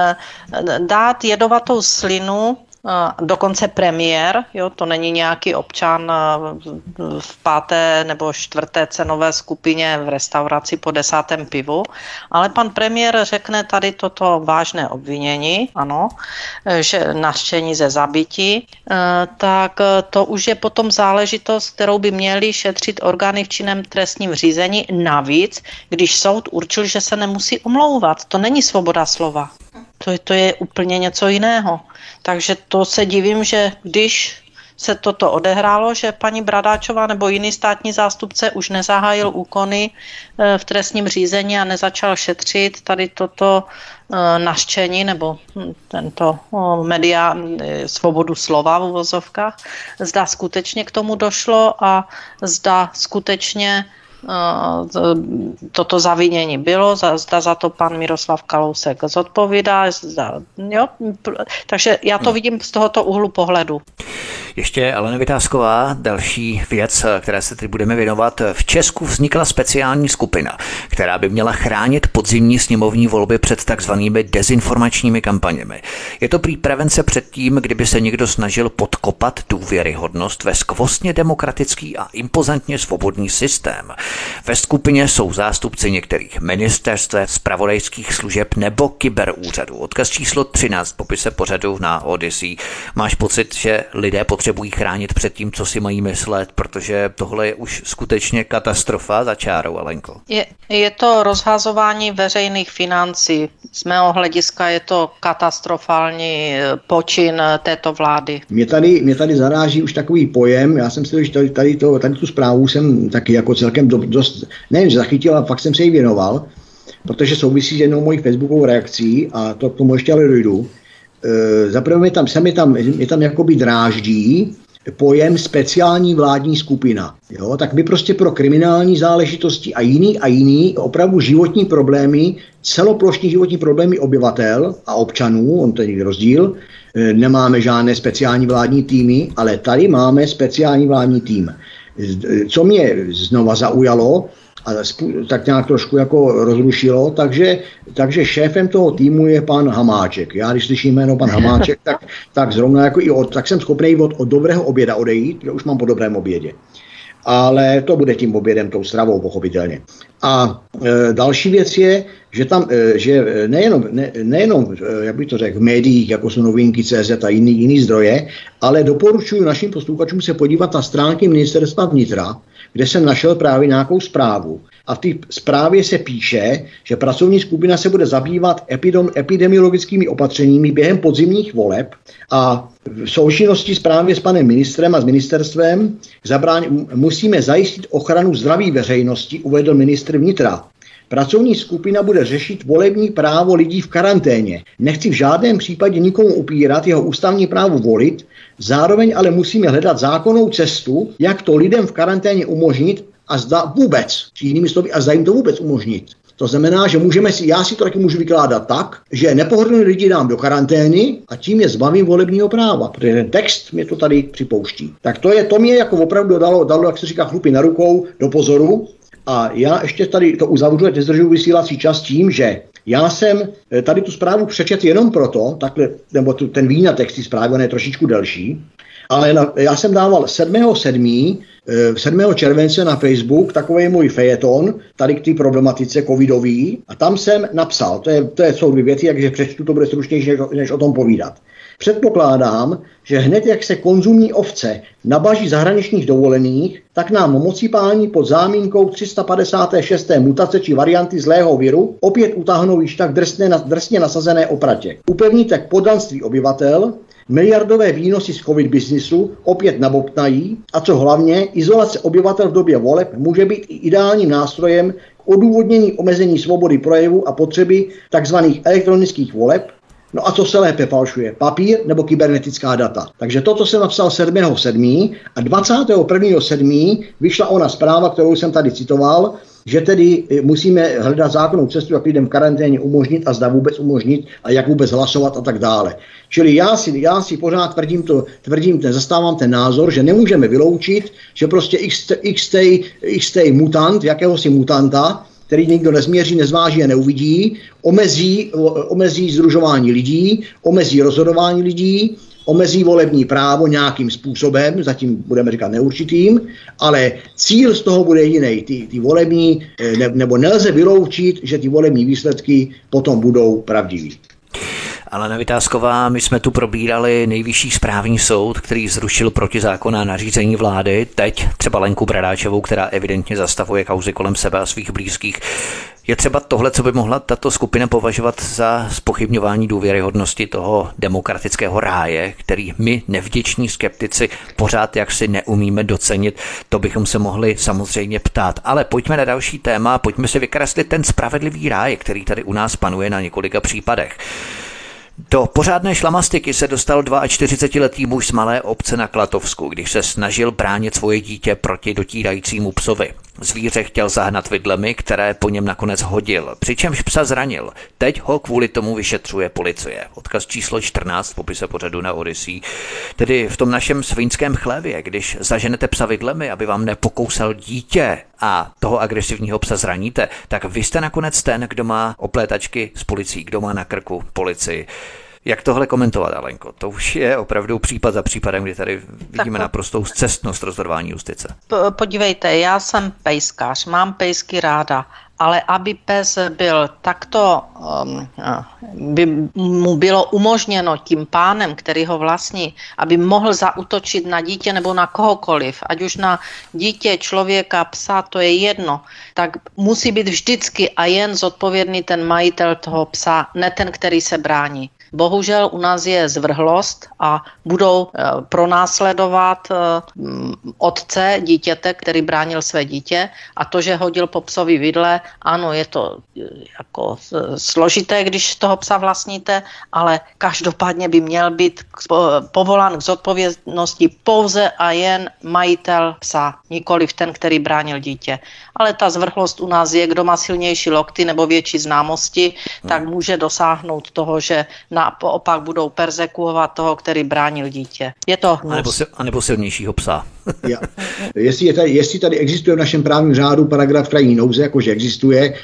dát jedovatou slinu, dokonce premiér, jo, to není nějaký občan v 5. nebo 4. cenové skupině v restauraci po 10. pivu, ale pan premiér řekne tady toto vážné obvinění, ano, že nařčení ze zabití, tak to už je potom záležitost, kterou by měly šetřit orgány v činném trestním řízení, navíc, když soud určil, že se nemusí omlouvat. To není svoboda slova. To je úplně něco jiného. Takže to se divím, že když se toto odehrálo, že paní Bradáčová nebo jiný státní zástupce už nezahájil úkony v trestním řízení a nezačal šetřit tady toto nařčení nebo tento svobodu slova v uvozovkách. Zda skutečně k tomu došlo a zda skutečně toto zavinění bylo, zda za to pan Miroslav Kalousek zodpovídá, takže já to vidím z tohoto úhlu pohledu. Ještě Alena Vitásková, další věc, které se teď budeme věnovat. V Česku vznikla speciální skupina, která by měla chránit podzimní sněmovní volby před takzvanými dezinformačními kampaněmi. Je to prý prevence před tím, kdyby se někdo snažil podkopat důvěryhodnost ve skvostně demokratický a impozantně svobodný systém. Ve skupině jsou zástupci některých ministerstev, zpravodajských služeb nebo kyberúřadů. Odkaz číslo 13 v popise pořadu na Odyssey. Máš pocit, že lidé potřebují chránit před tím, co si mají myslet, protože tohle je už skutečně katastrofa za čárou, Alenko? Je to rozhazování veřejných financí. Z mého hlediska je to katastrofální počin této vlády. Mě tady zaráží už takový pojem, já jsem si tady tu zprávu jsem taky jako celkem dost, nejen zachytil, ale fakt jsem se jí věnoval, protože souvisí s jednou mojí facebookovou reakcí a to k tomu ještě ale dojdu. Zaprvé mě tam jakoby dráždí pojem speciální vládní skupina. Jo? Tak my prostě pro kriminální záležitosti a jiný opravdu životní problémy, celoplošní životní problémy obyvatel a občanů, on to je rozdíl, nemáme žádné speciální vládní týmy, ale tady máme speciální vládní tým. Co mě znova zaujalo, a tak nějak trošku jako rozrušilo, takže šéfem toho týmu je pan Hamáček. Já když slyším jméno pan Hamáček, tak zrovna jako tak jsem schopný od dobrého oběda odejít, že už mám po dobrém obědě. Ale to bude tím obědem, tou stravou pochopitelně. A další věc je, že tam, že nejenom jak bych to řekl, v médiích, jako jsou Novinky CZ a jiný zdroje, ale doporučuji našim posluchačům se podívat na stránky Ministerstva vnitra, kde jsem našel právě nějakou zprávu. A v té zprávě se píše, že pracovní skupina se bude zabývat epidemiologickými opatřeními během podzimních voleb a v součinnosti právě s panem ministrem a s ministerstvem musíme zajistit ochranu zdraví veřejnosti, uvedl ministr vnitra. Pracovní skupina bude řešit volební právo lidí v karanténě. Nechci v žádném případě nikomu upírat jeho ústavní právo volit, zároveň ale musíme hledat zákonnou cestu, jak to lidem v karanténě umožnit a zda vůbec, jinými slovy, a zda jim to vůbec umožnit. To znamená, že já si to taky můžu vykládat tak, že nepohodlné lidi dám do karantény a tím je zbavím volebního práva, protože ten text mě to tady připouští. Tak to mě jako opravdu dalo, jak se říká, chlupy na rukou do pozoru. A já ještě tady to uzavřu, ať nezdržuji vysílací čas tím, že já jsem tady tu zprávu přečetl jenom proto, takhle, nebo ten výňatek té zprávy, on je trošičku delší, ale já jsem dával 7. července na Facebook takový můj fejeton, tady k té problematice covidový, a tam jsem napsal, jsou dvě věty, takže přečtu, to bude stručnější, než o tom povídat. Předpokládám, že hned jak se konzumní ovce nabaží zahraničních dovolených, tak nám mocipáni pod záminkou 356. mutace či varianty zlého viru opět utáhnou již tak drsně nasazené opratě. Upevníte k poddanství obyvatel, miliardové výnosy z covid biznisu opět nabobtnají a co hlavně, izolace obyvatel v době voleb může být i ideálním nástrojem k odůvodnění omezení svobody projevu a potřeby tzv. Elektronických voleb. No a co se lépe falšuje? Papír nebo kybernetická data? Takže toto jsem napsal 7.7. a 21.7. vyšla ona zpráva, kterou jsem tady citoval, že tedy musíme hledat zákonnou cestu, jak lidem v karanténě umožnit a zda vůbec umožnit a jak vůbec hlasovat a tak dále. Čili já si pořád zastávám ten názor, že nemůžeme vyloučit, že prostě XT mutant, jakéhosi mutanta, který nikdo nezměří, nezváží a neuvidí, omezí sdružování lidí, omezí rozhodování lidí, omezí volební právo nějakým způsobem, zatím budeme říkat neurčitým, ale cíl z toho bude jiný. Ty volební, nebo nelze vyloučit, že ty volební výsledky potom budou pravdivý. Alena Vitásková, my jsme tu probírali Nejvyšší správní soud, který zrušil protizákonná nařízení vlády, teď třeba Lenku Bradáčovou, která evidentně zastavuje kauzy kolem sebe a svých blízkých. Je třeba tohle, co by mohla tato skupina považovat za zpochybňování důvěryhodnosti toho demokratického ráje, který my, nevděční skeptici, pořád jaksi neumíme docenit, to bychom se mohli samozřejmě ptát. Ale pojďme na další téma, pojďme si vykreslit ten spravedlivý ráj, který tady u nás panuje na několika případech. Do pořádné šlamastiky se dostal 42letý muž z malé obce na Klatovsku, když se snažil bránit svoje dítě proti dotírajícímu psovi. Zvíře chtěl zahnat vidlemi, které po něm nakonec hodil, přičemž psa zranil. Teď ho kvůli tomu vyšetřuje policie. Odkaz číslo 14 v popise pořadu na Odyssey. Tedy v tom našem svinském chlévě, když zaženete psa vidlemi, aby vám nepokousal dítě a toho agresivního psa zraníte, tak vy jste nakonec ten, kdo má oplétačky s policií, kdo má na krku policii. Jak tohle komentovat, Alenko? To už je opravdu případ za případem, kdy tady vidíme naprostou scestnost rozhodování justice. Podívejte, já jsem pejskař, mám pejsky ráda, ale aby pes byl takto, by mu bylo umožněno tím pánem, který ho vlastní, aby mohl zaútočit na dítě nebo na kohokoliv, ať už na dítě, člověka, psa, to je jedno, tak musí být vždycky a jen zodpovědný ten majitel toho psa, ne ten, který se brání. Bohužel u nás je zvrhlost a budou pronásledovat otce dítěte, který bránil své dítě, a to, že hodil po psovi vidle, ano, je to jako složité, když toho psa vlastníte, ale každopádně by měl být povolán k zodpovědnosti pouze a jen majitel psa, nikoliv ten, který bránil dítě. Ale ta zvrhlost u nás je, kdo má silnější lokty nebo větší známosti, tak může dosáhnout toho, že naopak budou perzekuovat toho, který bránil dítě. Je to hnus. A nebo silnějšího psa. Jestli tady existuje v našem právním řádu paragraf krajní nouze, jakože existuje,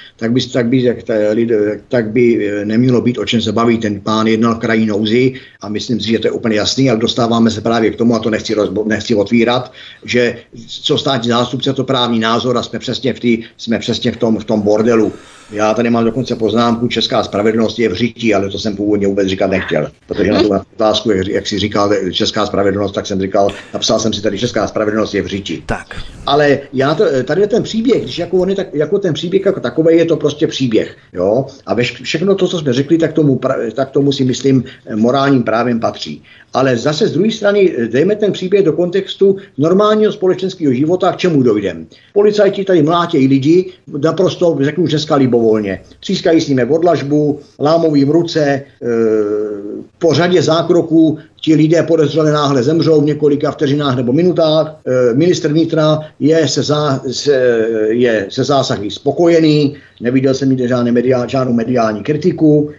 tak by nemělo být, o čem se baví. Ten pán jednal v krajní nouzi a myslím si, že to je úplně jasný, ale dostáváme se právě k tomu, a to nechci otvírat, že co státní zástupce, to právní názor a jsme přesně v tom bordelu. Já tady mám dokonce poznámku, česká spravedlnost je v řití, ale to jsem původně vůbec říkat nechtěl. Protože na tu otázku, jak si říkal česká spravedlnost, tak jsem říkal, napsal jsem si tady česká spravedlnost je v řití. Tak. Ale tady je ten příběh, když jako ten příběh jako takový je to prostě příběh. Jo? A všechno to, co jsme řekli, tak tomu si myslím morálním právem patří. Ale zase z druhé strany dejme ten příběh do kontextu normálního společenského života, k čemu dojdeme. Policajti tady mlátějí lidi, naprosto, řeknu dneska libovolně. Třískají s nimi odlažbu, lámou jim ruce, po řadě zákroků ti lidé podezřelé náhle zemřou v několika vteřinách nebo minutách. Ministr vnitra je se zásahy spokojený, neviděl jsem nikde žádnou mediální kritiku.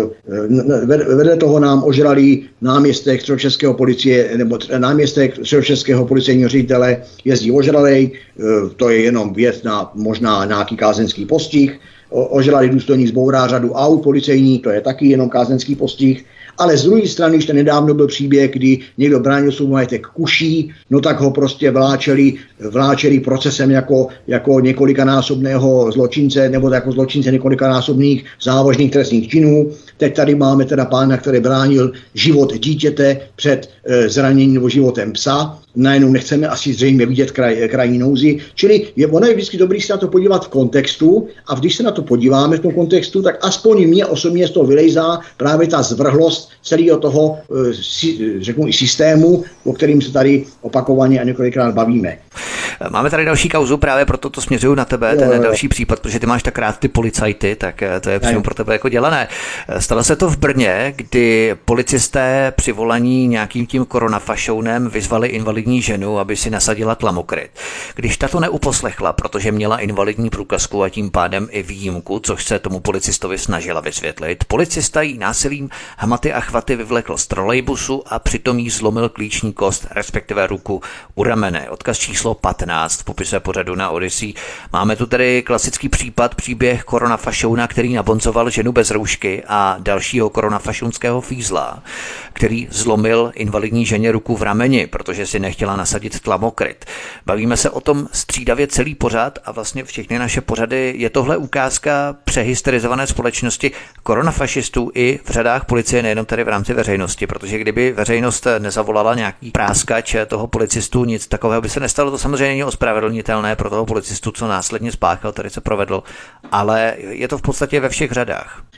Vedle toho nám ožralý náměstek středočeského policie nebo náměstek středočeského policejního ředitele jezdí ožralej, to je jenom věc na možná nějaký kázeňský postih. Ožralý důstojník zbourá řadu aut policejní, to je taky jenom kázeňský postih. Ale z druhé strany, ještě nedávno byl příběh, kdy někdo bránil svůj majetek kuší, no tak ho prostě vláčeli procesem jako několikanásobného zločince, nebo jako zločince několikanásobných závažných trestných činů. Teď tady máme teda pána, který bránil život dítěte před zraněním nebo životem psa. Najednou nechceme asi zřejmě vidět krajní nouzi. Čili ono je vždycky dobrý se na to podívat v kontextu, a když se na to podíváme v tom kontextu, tak aspoň mě osobně z toho vylejzá právě ta zvrhlost celého toho, řeknu, i systému, o kterým se tady opakovaně a několikrát bavíme. Máme tady další kauzu, právě proto to směřuju na tebe, ten další případ, protože ty máš tak rád ty policajty, tak to je přímo pro tebe jako dělané. Stalo se to v Brně, kdy policisté přivolaní nějakým tím koronafašounem vyzvali invalidní ženu, aby si nasadila tlamokryt. Když tato neuposlechla, protože měla invalidní průkazku a tím pádem i výjimku, což se tomu policistovi snažila vysvětlit, policista jí násilím hmaty a chvaty vyvlekl z trolejbusu a přitom jí zlomil klíční kost, respektive ruku u ramene. Odkaz číslo 15 v popise pořadu na Odyssey. Máme tu tedy klasický příběh koronafašouna, který naboncoval ženu bez roušky, a dalšího koronafašounského fízla, který zlomil invalidní ženě ruku v rameni, protože si nechtěla nasadit tlamokryt. Bavíme se o tom střídavě celý pořad a vlastně všechny naše pořady. Je tohle ukázka přehysterizované společnosti koronafašistů i v řadách policie, nejenom tady v rámci veřejnosti, protože kdyby veřejnost nezavolala nějaký práskač toho policistu, nic takového by se nestalo. To samozřejmě není ospravedlnitelné pro toho policistu, co následně spáchal, tady se provedl, ale je to v podstatě ve všech řadách.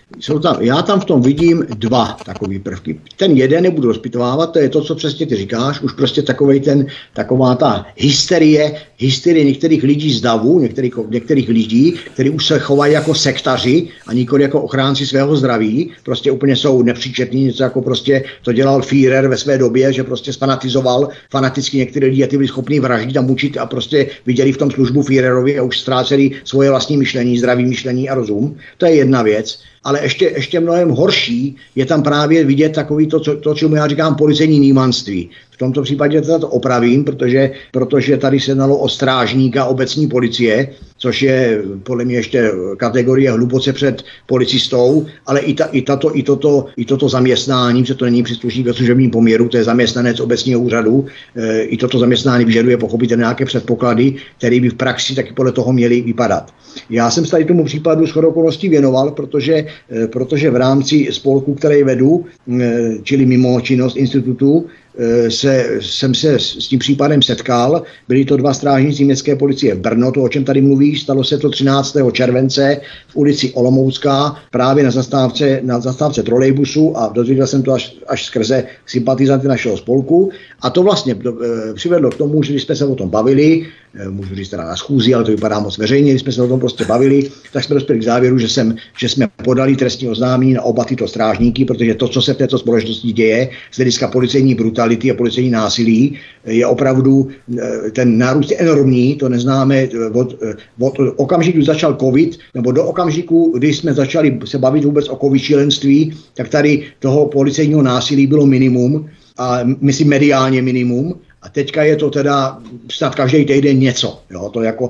Já tam v tom vidím dva takové prvky. Ten jeden nebudu rozpitovávat, to je to, co přesně ty říkáš, už prostě taková ta hysterie některých lidí z davu, některých lidí, kteří už se chovají jako sektaři a nikoli jako ochránci svého zdraví, prostě úplně jsou nepříčetní, něco jako prostě to dělal Führer ve své době, že prostě sfanatizoval fanaticky některé lidi a ty byli schopni vraždit a mučit a prostě viděli v tom službu Führerovi a už ztráceli svoje vlastní myšlení, zdravý myšlení a rozum. To je jedna věc. Ale ještě mnohem horší je tam právě vidět takový to, čemu já říkám policejní nímanství. V tomto případě to opravím, protože tady se jednalo o strážníka obecní policie, což je podle mě ještě kategorie hluboce před policistou, ale i toto zaměstnání, protože to není příslušník ve služebním poměru, to je zaměstnanec obecního úřadu, i toto zaměstnání vyžaduje pochopitelně nějaké předpoklady, které by v praxi taky podle toho měly vypadat. Já jsem se tady tomu případu shodou okolností věnoval, protože v rámci spolku, který vedu, čili mimo činnost institutu, jsem se s tím případem setkal. Byli to dva strážníci městské policie v Brno, to, o čem tady mluvíš, stalo se to 13. července v ulici Olomoucká, právě na zastávce trolejbusu a dozvěděl jsem to až skrze sympatizanty našeho spolku. A to vlastně přivedlo k tomu, že když jsme se o tom bavili, můžu říct teda na schůzi, ale to vypadá moc veřejně, když jsme se o tom prostě bavili, tak jsme dospěli k závěru, že jsme podali trestní oznámení na oba tyto strážníky, protože to, co se v této společnosti děje, z hlediska policejní brutality a policejní násilí, je opravdu, ten nárůst je enormní, to neznáme od okamžiku, kdy začal covid, nebo do okamžiku, kdy jsme začali se bavit vůbec o covid šílenství, tak tady toho policejního násilí bylo minimum, a myslím mediálně minimum. A teďka je to teda snad každý týden něco. Jo? To jako,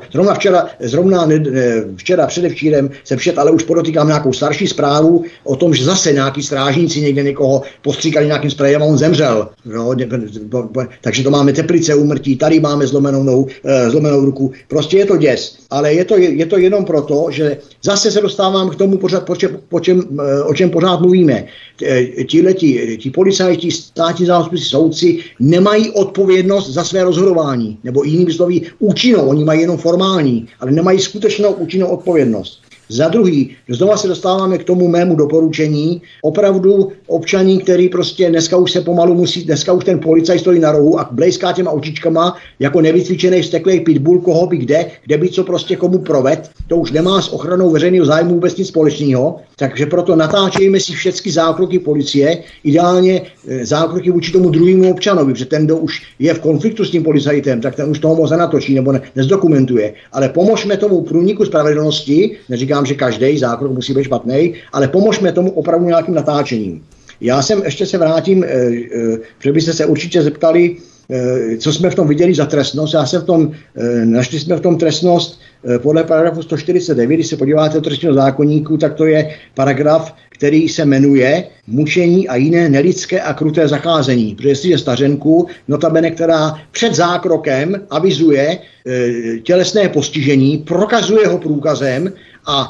včera předevčírem jsem četl, ale už podotýkám nějakou starší zprávu o tom, že zase nějaký strážníci někde někoho postříkali nějakým sprejem a on zemřel. Jo? Takže to máme Teplice úmrtí, tady máme zlomenou ruku. Prostě je to děs. Ale je to jenom proto, že zase se dostávám k tomu, o čem pořád mluvíme. Ti policajti, státní zástupci, soudci nemají odpovědnost za své rozhodování, nebo jinými slovy účinnou, oni mají jenom formální, ale nemají skutečnou účinnou odpovědnost. Za druhý, znova se dostáváme k tomu mému doporučení, opravdu občaní, který prostě dneska už ten policajt stojí na rohu a blejská těma očičkama jako nevycvičený vzteklej pitbull, koho by kde by co prostě komu proved, to už nemá s ochranou veřejného zájmu vůbec nic společného, takže proto natáčejme si všechny zákroky policie, ideálně zákroky vůči tomu druhému občanovi, protože ten, kdo už je v konfliktu s tím policajtem, tak ten už toho moc nenatočí nebo nezdokumentuje, ale pomožme tomu průniku spravedlnosti, neříkám, že každý zákrok musí být špatný, ale pomožme tomu opravdu nějakým natáčením. Já ještě se vrátím, že byste se určitě zeptali, co jsme v tom viděli za trestnost. Našli jsme v tom trestnost podle paragrafu 149, když se podíváte do trestního zákoníku, tak to je paragraf, který se jmenuje mučení a jiné nelidské a kruté zacházení. Protože jestliže stařenku, notabene, která před zákrokem avizuje tělesné postižení, prokazuje ho průkazem a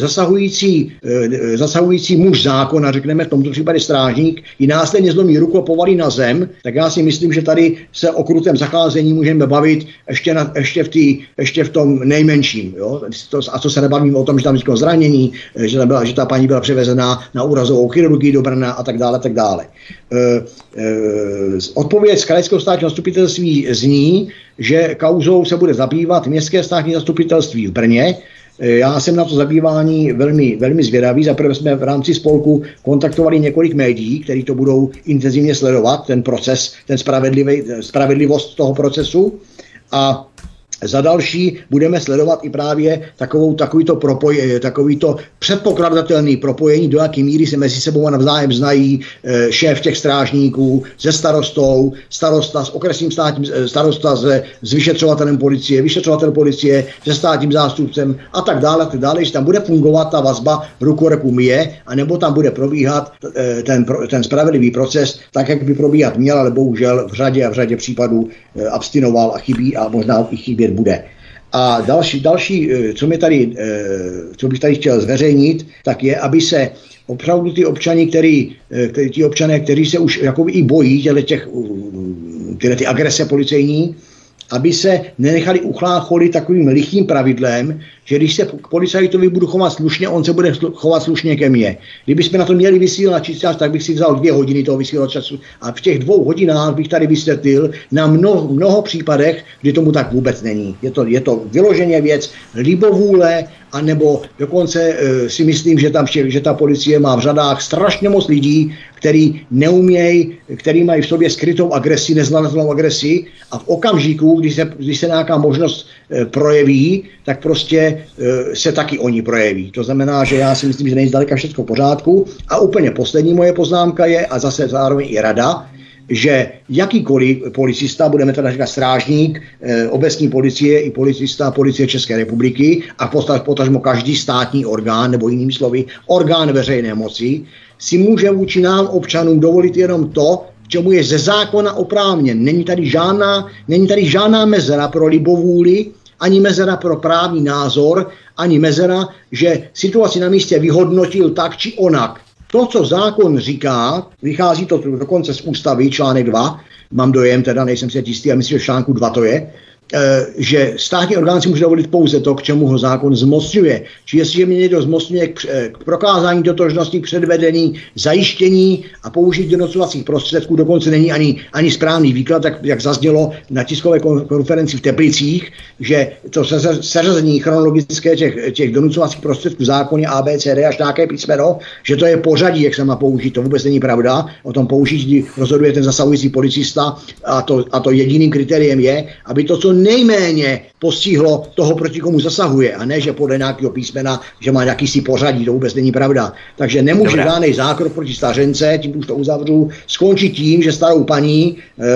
zasahující muž zákona, řekneme v tomto případě strážník, ji následně zlomí ruku a povalí na zem, tak já si myslím, že tady se o krutém zacházení můžeme bavit ještě v tom nejmenším. Jo? A co se nebavíme o tom, že tam vzniklo zranění, že ta paní byla převezena na úrazovou chirurgii do Brna a tak dále, tak dále. Odpověď z krajského státního zastupitelství zní, že kauzou se bude zabývat městské státní zastupitelství v Brně. Já jsem na to zabývání velmi, velmi zvědavý. Zaprvé jsme v rámci spolku kontaktovali několik médií, kteří to budou intenzivně sledovat, ten proces, spravedlivost toho procesu. A za další budeme sledovat i právě takovýto předpokladatelný propojení, do jaké míry se mezi sebou navzájem znají šéf těch strážníků se starostou, starosta s okresním starosta s vyšetřovatelem policie, vyšetřovatel policie se státním zástupcem a tak dále, že tam bude fungovat ta vazba ruku myje, anebo tam bude probíhat ten spravedlivý proces tak, jak by probíhat měl, ale bohužel v řadě případů abstinoval a chybí a možná i chybět bude. A další, co bych tady chtěl zveřejnit, tak je, aby se opravdu ty občané, kteří se už jakoby i bojí ty agrese policejní, aby se nenechali uchlácholit takovým lichým pravidlem, že když se k policajtovi budu chovat slušně, on se bude chovat slušně ke mně. Kdybychom na to měli vysílač, tak bych si vzal 2 hodiny toho vysílače času a v těch 2 hodinách bych tady vysvětlil na mnoho případech, kdy tomu tak vůbec není. Je to vyloženě věc libovůle, anebo dokonce si myslím, že ta policie má v řadách strašně moc lidí, který mají v sobě skrytou agresi, neznatelnou agresi a v okamžiku, když se nějaká možnost projeví, tak prostě se taky oni projeví. To znamená, že já si myslím, že není zdaleka všechno v pořádku. A úplně poslední moje poznámka je, a zase zároveň i rada, že jakýkoliv policista, budeme teda říkat strážník, obecní policie i policista policie České republiky a potažmo každý státní orgán, nebo jinými slovy orgán veřejné moci, si může vůči nám občanům dovolit jenom to, k čemu je ze zákona oprávněn. Není tady žádná mezera pro libovůli, ani mezera pro právní názor, ani mezera, že situaci na místě vyhodnotil tak či onak. To, co zákon říká, vychází to dokonce z ústavy, článek 2, mám dojem, teda nejsem si jistý, a myslím, že v článku 2 to je, že státní orgán si může dovolit pouze to, k čemu ho zákon zmocňuje. Či jestliže mě někdo zmocňuje k prokázání totožnosti, k předvedení, zajištění a použití donocovacích prostředků, dokonce není ani správný výklad, tak jak zaznělo na tiskové konferenci v Teplicích, že to seřazení chronologické těch donocovacích prostředků v zákoně A, B, C, D až nějaké písmeno, že to je pořadí, jak se má použít. To vůbec není pravda. O tom použití rozhoduje ten zasahující policista a to jediným kritériem je, aby to, co nejméně postihlo toho, proti komu zasahuje, a ne, že podle nějakého písmena, že má jakýsi pořadí, to vůbec není pravda. Takže nemůže žádný zákrok proti stařence, tím už to uzavřu, skončit tím, že starou paní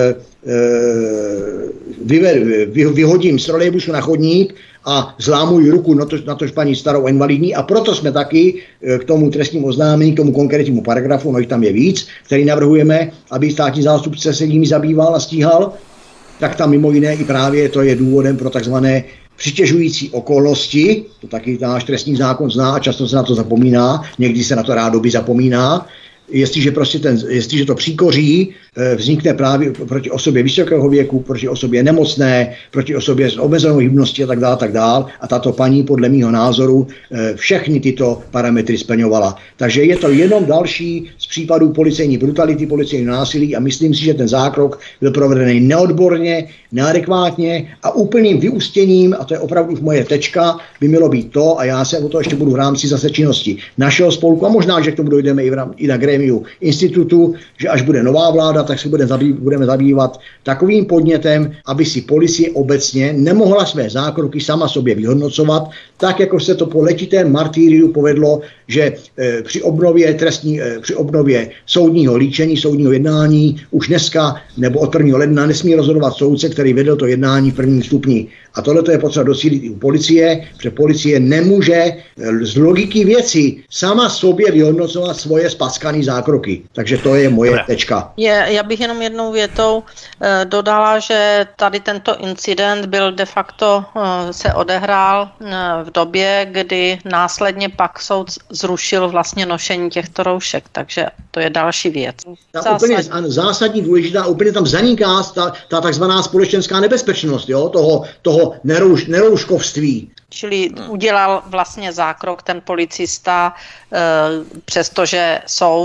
vyhodím z trolejbusu na chodník a zlámuji ruku na tož paní starou invalidní, a proto jsme taky k tomu trestnímu oznámení, k tomu konkrétnímu paragrafu, no jich tam je víc, který navrhujeme, aby státní zástupce se jimi zabýval a stíhal, tak tam mimo jiné i právě to je důvodem pro takzvané přitěžující okolnosti, to taky náš trestní zákon zná a často se na to zapomíná, někdy se na to rádoby zapomíná. Jestliže to příkoří vznikne právě proti osobě vysokého věku, proti osobě nemocné, proti osobě s omezenou hybností a tak dál. A tato paní podle mýho názoru všechny tyto parametry splňovala. Takže je to jenom další z případů policejní brutality, policejní násilí a myslím si, že ten zákrok byl provedený neodborně, neadekvátně a úplným vyústěním, a to je opravdu moje tečka, by mělo být to, a já se o to ještě budu v rámci zase činnosti našeho spolku, a možná, že k tomu dojdeme i na grémiu institutu, že až bude nová vláda, tak se budeme zabývat takovým podnětem, aby si policie obecně nemohla své zákroky sama sobě vyhodnocovat, tak jako se to po letitém martýriu povedlo, že při obnově soudního líčení, soudního jednání už dneska nebo od 1. ledna nesmí rozhodovat soudce, který vedl to jednání v prvním stupni. A tohle je potřeba docílit i u policie, protože policie nemůže z logiky věci sama sobě vyhodnocovat svoje spackané zákroky. Takže to je moje tečka. Já bych jenom jednou větou dodala, že tady tento incident byl de facto se odehrál v době, kdy následně pak soud zrušil vlastně nošení těchto roušek, takže to je další věc. Úplně zásadní důležitá, úplně tam zaniká ta takzvaná společenská nebezpečnost, jo, toho nerouškovství. Čili udělal vlastně zákrok ten policista, přestože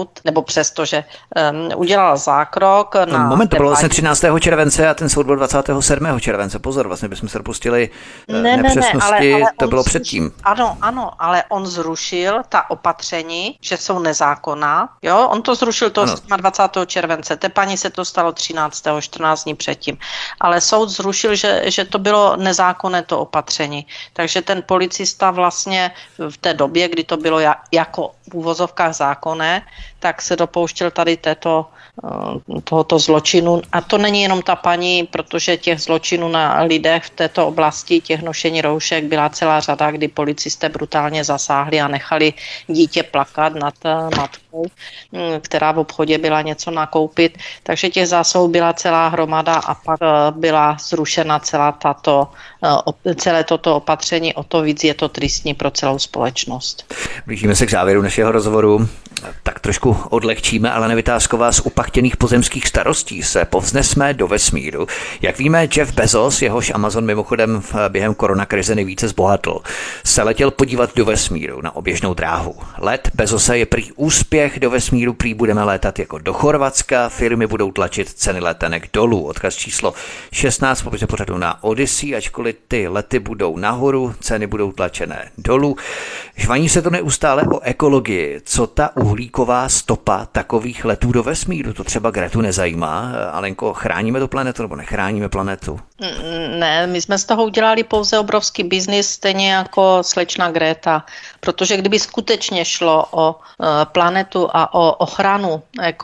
udělal zákrok na... Moment, to bylo vlastně 13. července a ten soud byl 27. července. Pozor, vlastně bychom se dopustili nepřesnosti, ale to bylo předtím. Ano, ale on zrušil ta opatření, že jsou nezákonná. Jo, on to zrušil toho 27. července. Té paní se to stalo 13. 14 dní předtím. Ale soud zrušil, že to bylo nezákonné to opatření. Takže ten policista vlastně v té době, kdy to bylo jako v uvozovkách zákonné, tak se dopouštěl tady tohoto zločinu. A to není jenom ta paní, protože těch zločinů na lidech v této oblasti, těch nošení roušek byla celá řada, kdy policisté brutálně zasáhli a nechali dítě plakat nad matkou, která v obchodě byla něco nakoupit. Takže těch zásahů byla celá hromada a pak byla zrušena celé toto opatření. O to víc je to tristní pro celou společnost. Blížíme se k závěru našeho rozhovoru. Tak trošku odlehčíme, ale nevytázková z upachtěných pozemských starostí se povznesme do vesmíru. Jak víme, Jeff Bezos, jehož Amazon mimochodem během koronakrize nejvíce zbohatl, se letěl podívat do vesmíru na oběžnou dráhu. Let Bezose je prý úspěch, do vesmíru prý budeme létat jako do Chorvatska, firmy budou tlačit ceny letenek dolů. Odkaz číslo 16 popise pořadu na Odyssey, ačkoliv ty lety budou nahoru, ceny budou tlačené dolů. Žvaní se to neustále o ekologii. Co ta uhlíková stopa takových letů do vesmíru? To třeba Gretu nezajímá. Alenko, chráníme tu planetu nebo nechráníme planetu? Ne, my jsme z toho udělali pouze obrovský biznis, stejně jako slečna Greta, protože kdyby skutečně šlo o planetu a o ochranu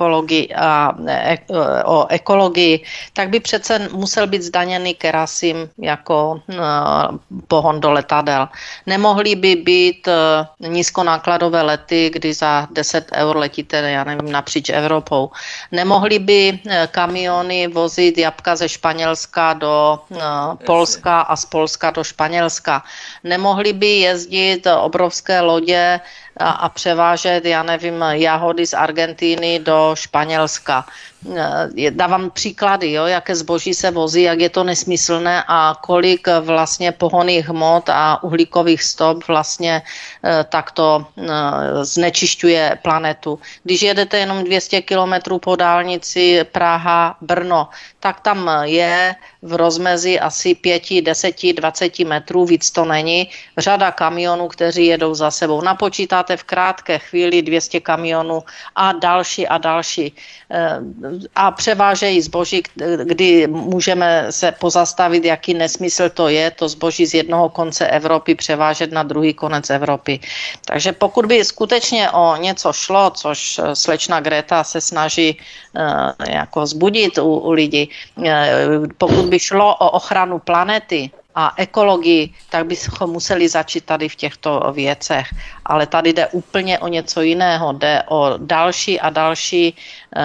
o ekologii, tak by přece musel být zdaněný kerasim jako pohon do letadel. Nemohly by být nízkonákladové lety, kdy za 10 eur letíte, já nevím, napříč Evropou. Nemohly by kamiony vozit jabka ze Španělska do Polska a z Polska do Španělska. Nemohly by jezdit obrovské lodě a převážet, já nevím, jahody z Argentíny do Španělska. Dávám příklady, jaké zboží se vozí, jak je to nesmyslné a kolik vlastně pohonných hmot a uhlíkových stop vlastně takto znečišťuje planetu. Když jedete jenom 200 kilometrů po dálnici Praha-Brno, tak tam je v rozmezí asi 5, 10, 20 metrů, víc to není, řada kamionů, kteří jedou za sebou. Napočítáte v krátké chvíli 200 kamionů a další a další. A převážejí zboží, kdy můžeme se pozastavit, jaký nesmysl to je, to zboží z jednoho konce Evropy převážet na druhý konec Evropy. Takže pokud by skutečně o něco šlo, což slečna Greta se snaží jako vzbudit u lidí, pokud by šlo o ochranu planety a ekologii, tak bychom museli začít tady v těchto věcech. Ale tady jde úplně o něco jiného. Jde o další a další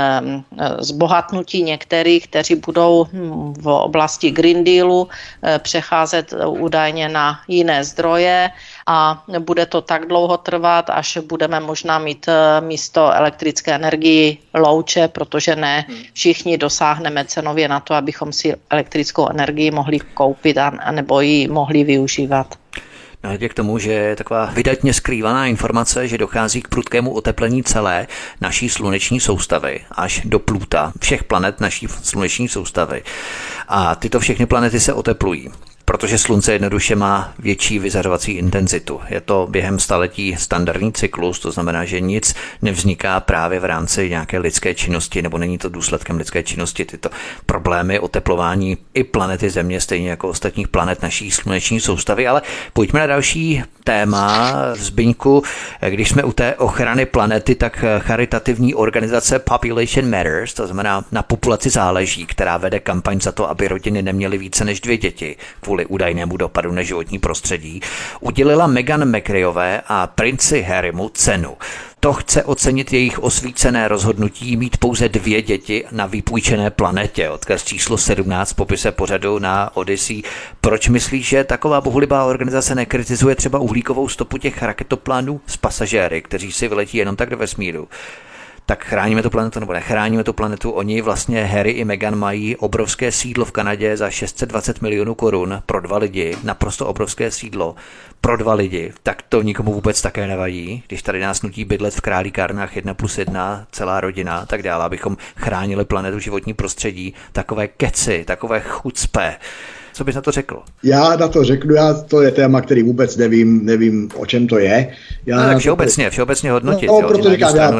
zbohatnutí některých, kteří budou v oblasti Green Dealu přecházet údajně na jiné zdroje a bude to tak dlouho trvat, až budeme možná mít místo elektrické energii louče, protože ne všichni dosáhneme cenově na to, abychom si elektrickou energii mohli koupit a nebo ji mohli využívat. Nahledě k tomu, že je taková vydatně skrývaná informace, že dochází k prudkému oteplení celé naší sluneční soustavy až do Pluta, všech planet naší sluneční soustavy. A tyto všechny planety se oteplují, protože slunce jednoduše má větší vyzařovací intenzitu. Je to během staletí standardní cyklus, to znamená, že nic nevzniká právě v rámci nějaké lidské činnosti, nebo není to důsledkem lidské činnosti. Tyto problémy oteplování i planety Země, stejně jako ostatních planet naší sluneční soustavy. Ale pojďme na další téma. Zbyňku, když jsme u té ochrany planety, tak charitativní organizace Population Matters, to znamená na populaci záleží, která vede kampaň za to, aby rodiny neměly více než 2 děti, kvůli údajnému dopadu na životní prostředí, udělila Meghan Markleové a princi Harrymu cenu. To chce ocenit jejich osvícené rozhodnutí mít pouze 2 děti na vypůjčené planetě. Odkaz číslo 17 popise pořadu na Odyssey. Proč myslíš, že taková bohulibá organizace nekritizuje třeba uhlíkovou stopu těch raketoplánů s pasažéry, kteří si vyletí jenom tak do vesmíru? Tak chráníme tu planetu nebo nechráníme tu planetu? Oni vlastně, Harry i Meghan, mají obrovské sídlo v Kanadě za 620 milionů korun pro 2 lidi, naprosto obrovské sídlo pro 2 lidi, tak to nikomu vůbec také nevadí, když tady nás nutí bydlet v králíkárnách 1+1, celá rodina, tak dále, abychom chránili planetu, životní prostředí, takové keci, takové chucpe. Co bys na to řekl? Já na to řeknu, to je téma, který vůbec nevím, o čem to je. Tak všeobecně hodnotit. No, proto říkám, já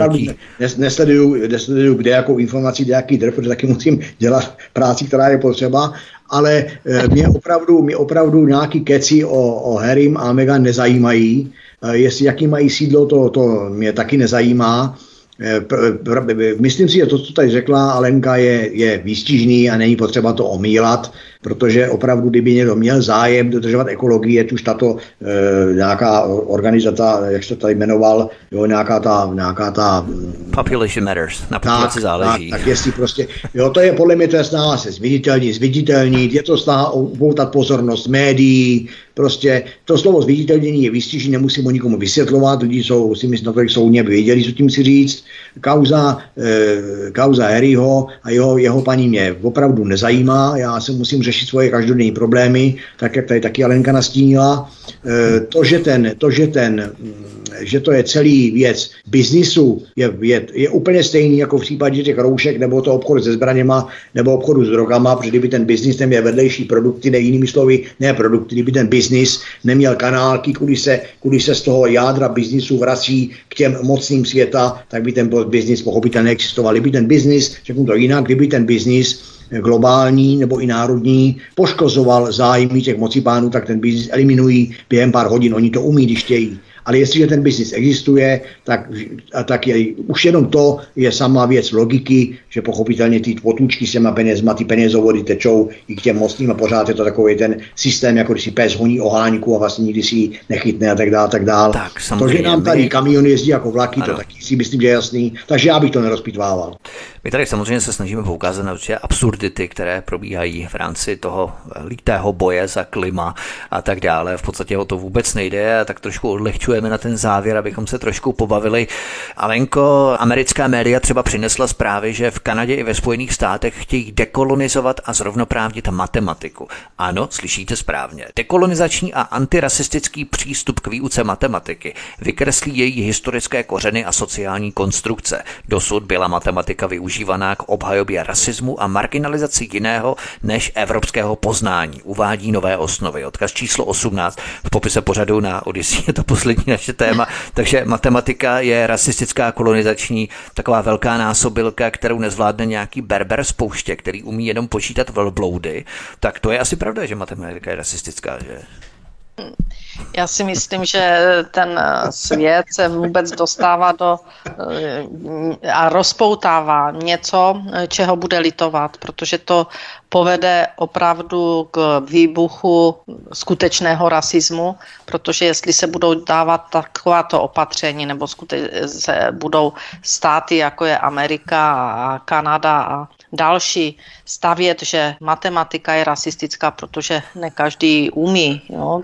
nesleduju, kde jakou informací, kde jaký drb, protože taky musím dělat práci, která je potřeba, ale mě opravdu nějaký keci o Harrym a Meghan nezajímají. Jestli jaký mají sídlo, to mě taky nezajímá. Myslím si, že to, co tady řekla Alenka, je výstižný a není potřeba to omílat. protože opravdu, kdyby někdo měl zájem dodržovat ekologii, je už tato nějaká organizace, jak se to tady jmenoval, jo, nějaká ta Population Matters, na populaci záleží. Tak jestli prostě, jo, to je podle mě to je snaha se zviditelnit, je to snaha upoutat pozornost médií, prostě to slovo zviditelnění je výstiží, nemusím o nikomu vysvětlovat, lidi jsou, si myslím, na to, jak soudně aby věděli, co tím si říct. Kauza Harryho a jeho paní mě opravdu nezajímá, já se musím řešit svoje každodenní problémy, tak jak tady taky Alenka nastínila. Že to je celý věc biznisu, je úplně stejný jako v případě těch roušek, nebo to obchodu se zbraněma, nebo obchodu s drogama, protože kdyby ten biznis neměl vedlejší produkty, jinými slovy, ne produkty, kdyby ten biznis neměl kanálky, kudy se z toho jádra biznisu vrací k těm mocným světa, tak by ten biznis pochopitelně neexistoval. Kdyby ten biznis, řeknu to jinak, kdyby ten biznis globální nebo i národní poškozoval zájmy těch mocipánů, tak ten biznis eliminují během pár hodin, oni to umí, když chtějí. Ale jestliže ten biznis existuje, tak už jenom to je sama věc logiky, že pochopitelně ty potůčky s těma penězma, ty penězovody tečou i k těm mocným a pořád je to takový ten systém, jako když si pes honí oháňku a vlastně nikdy si ji nechytne a tak dál. To, že nám tady kamiony jezdí jako vlaky, ano. To taky si myslím, že je jasný, takže já bych to nerozpitvával. My tady samozřejmě se snažíme poukázat na určitě absurdity, které probíhají v rámci toho lítého boje za klima a tak dále. V podstatě o to vůbec nejde a tak trošku odlehčujeme na ten závěr, abychom se trošku pobavili. Alenko, americká média třeba přinesla zprávy, že v Kanadě i ve Spojených státech chtějí dekolonizovat a zrovnoprávnit matematiku. Ano, slyšíte správně. Dekolonizační a antirasistický přístup k výuce matematiky vykreslí její historické kořeny a sociální konstrukce. Dosud byla matematika využívaná k obhajobě rasismu a marginalizaci jiného než evropského poznání. Uvádí Nové osnovy. Odkaz číslo 18 v popise pořadu na Odyssey, je to poslední naše téma. Takže matematika je rasistická, kolonizační, taková velká násobilka, kterou nezvládne nějaký berber z pouště, který umí jenom počítat velbloudy. Tak to je asi pravda, že matematika je rasistická, že? Já si myslím, že ten svět se vůbec dostává a rozpoutává něco, čeho bude litovat, protože to povede opravdu k výbuchu skutečného rasismu, protože jestli se budou dávat takováto opatření, nebo se budou státy, jako je Amerika a Kanada a další stavět, že matematika je rasistická, protože ne každý umí. Jo?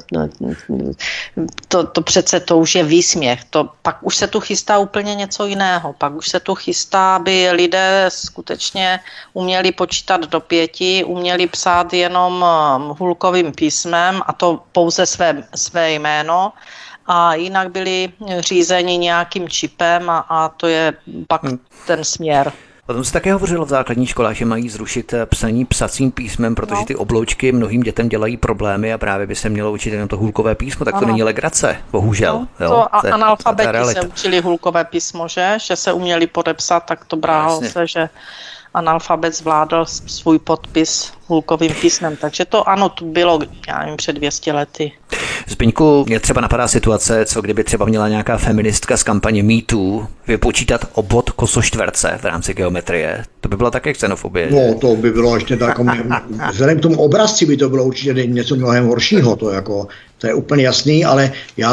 To přece to už je výsměch. Pak už se tu chystá úplně něco jiného. Pak už se tu chystá, aby lidé skutečně uměli počítat do 5, uměli psát jenom hulkovým písmem a to pouze své jméno. A jinak byli řízeni nějakým čipem a to je pak ten směr. O tom se také hovořilo v základních školách, že mají zrušit psaní psacím písmem, protože ty obloučky mnohým dětem dělají problémy a právě by se mělo učit jenom to hůlkové písmo, tak to není legrace, bohužel. Analfabeti se učili hůlkové písmo, že se uměli podepsat, tak to brálo se, že analfabet zvládl svůj podpis hůlkovým písmem, takže to ano, to bylo, já nevím, před 200 lety. Zbyňku, mě třeba napadá situace, co kdyby třeba měla nějaká feministka z kampaně MeToo vypočítat obvod kosoštverce v rámci geometrie. To by byla také xenofobie. No, to by bylo ještě takové, vzhledem k tomu obrazci by to bylo určitě něco mnohem horšího, to je úplně jasný, ale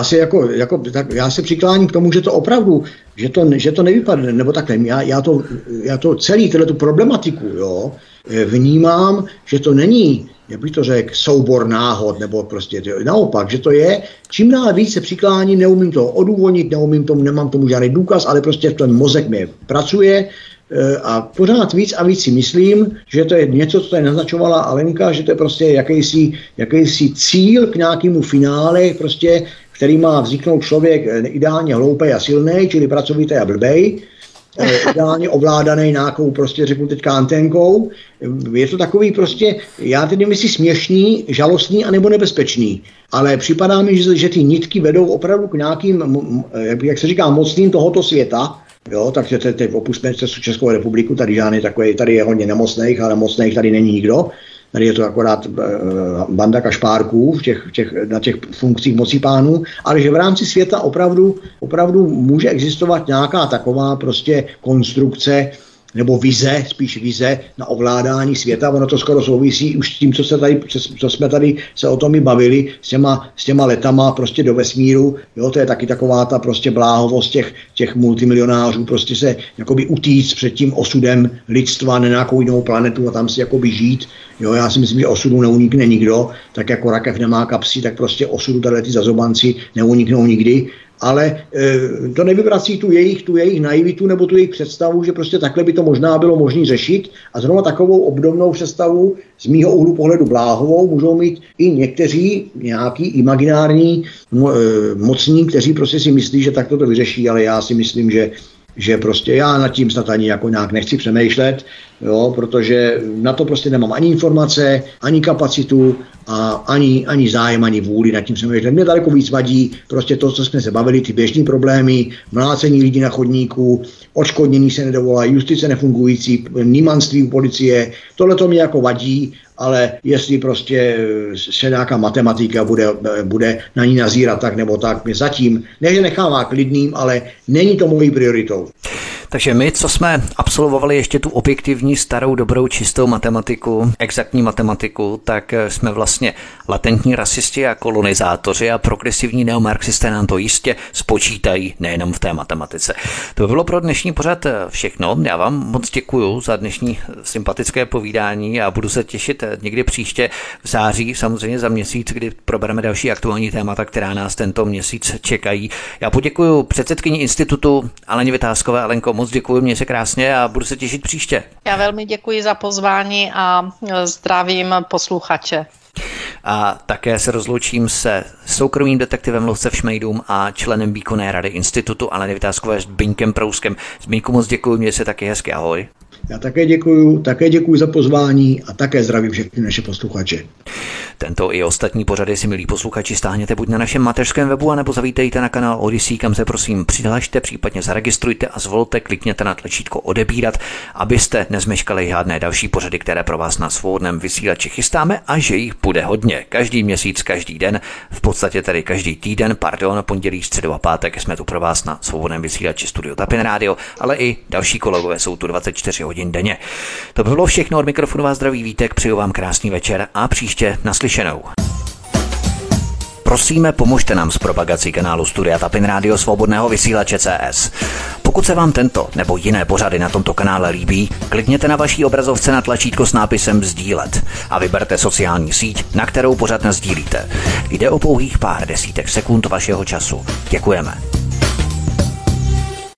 já se přikláním k tomu, že to opravdu, že to nevypadne, nebo takhle, já to celý tu problematiku, jo, vnímám, že to není, jak bych to řekl, soubor náhod, nebo prostě naopak, že to je, čím dál víc se přikláním, neumím to odůvodnit, nemám tomu žádný důkaz, ale prostě ten mozek mi pracuje a pořád víc a víc si myslím, že to je něco, co tady naznačovala Alenka, že to je prostě jakýsi cíl k nějakému finále, prostě, který má vzniknout člověk ideálně hloupej a silnej, čili pracovitý a blbej, ideálně ovládaný nějakou, prostě řeknu teďka anténkou. Je to takový prostě, já tedy myslím směšný, žalostný a nebo nebezpečný, ale připadá mi, že ty nitky vedou opravdu k nějakým, jak se říká, mocným tohoto světa. Jo, takže teď opustíme Českou republiku, tady žádný takový, tady je hodně nemocných, ale mocných tady není nikdo. Tady je to akorát banda kašpárků na těch funkcích mocí pánů, ale že v rámci světa opravdu může existovat nějaká taková prostě konstrukce, nebo spíš vize na ovládání světa. Ono to skoro souvisí už s tím, co jsme tady se o tom i bavili, s těma letama prostě do vesmíru. Jo, to je taky taková ta prostě bláhovost těch multimilionářů, prostě se jakoby utíct před tím osudem lidstva na nějakou jinou planetu a tam si jakoby žít. Jo, já si myslím, že osudu neunikne nikdo, tak jako rakev nemá kapsy, tak prostě osudu tady ty zazobanci neuniknou nikdy. Ale to nevyvrací tu jejich naivitu nebo tu jejich představu, že prostě takhle by to možná bylo možné řešit. A zrovna takovou obdobnou představu z mýho úhlu pohledu bláhovou můžou mít i někteří nějaký imaginární mocní, kteří prostě si myslí, že takto to vyřeší, ale já si myslím, že prostě já nad tím snad ani jako nějak nechci přemýšlet, jo, protože na to prostě nemám ani informace, ani kapacitu a ani zájem, ani vůli nad tím přemýšlet. Mě daleko víc vadí prostě to, co jsme se bavili, ty běžní problémy, mlácení lidí na chodníku, odškodnění se nedovolají, justice nefungující, nímanství u policie, tohle to mě jako vadí, ale jestli prostě se nějaká matematika bude na ní nazírat tak nebo tak, mě zatím, ne že nechává klidným, ale není to mojí prioritou. Takže my, co jsme absolvovali ještě tu objektivní, starou, dobrou, čistou matematiku, exaktní matematiku, tak jsme vlastně latentní rasisti a kolonizátoři a progresivní neomarxisté nám to jistě spočítají nejenom v té matematice. To by bylo pro dnešní pořad všechno. Já vám moc děkuju za dnešní sympatické povídání a budu se těšit někdy příště v září, samozřejmě za měsíc, kdy probereme další aktuální témata, která nás tento měsíc čekají. Já poděkuju předsedkyni institutu Aleně Vytázkové. Alenko, moc děkuji, měj se krásně a budu se těšit příště. Já velmi děkuji za pozvání a zdravím posluchače. A také se rozloučím se soukromým detektivem Lucem Šmejdům a členem výkonné rady institutu Aleny Vytázkové Zbyňkem Prouskem. Zbyňku, moc děkuji, měj se taky hezky, ahoj. Já také děkuji za pozvání a také zdravím všechny naše posluchače. Tento i ostatní pořady si, milí posluchači, stáhněte buď na našem mateřském webu, anebo zavítejte na kanál Odyssey, kam se prosím přihlašte, případně zaregistrujte a zvolte, klikněte na tlačítko odebírat, abyste nezmeškali žádné další pořady, které pro vás na svobodném vysílači chystáme, a že jich bude hodně. Každý měsíc, každý den, v podstatě tedy každý týden, pondělí, středu a pátek jsme tu pro vás na svobodném vysílači Studio Tapin Radio, ale i další kolegové jsou tu 24 hodin denně. To by bylo všechno, od mikrofonu vás zdraví Vítek, přeju vám krásný večer a příště naslyšenou. Prosíme, pomožte nám s propagací kanálu Studia Tapin Radio Svobodného vysílače CS. Pokud se vám tento nebo jiné pořady na tomto kanále líbí, klikněte na vaší obrazovce na tlačítko s nápisem sdílet a vyberte sociální síť, na kterou pořad nasdílíte. Jde o pouhých pár desítek sekund vašeho času. Děkujeme.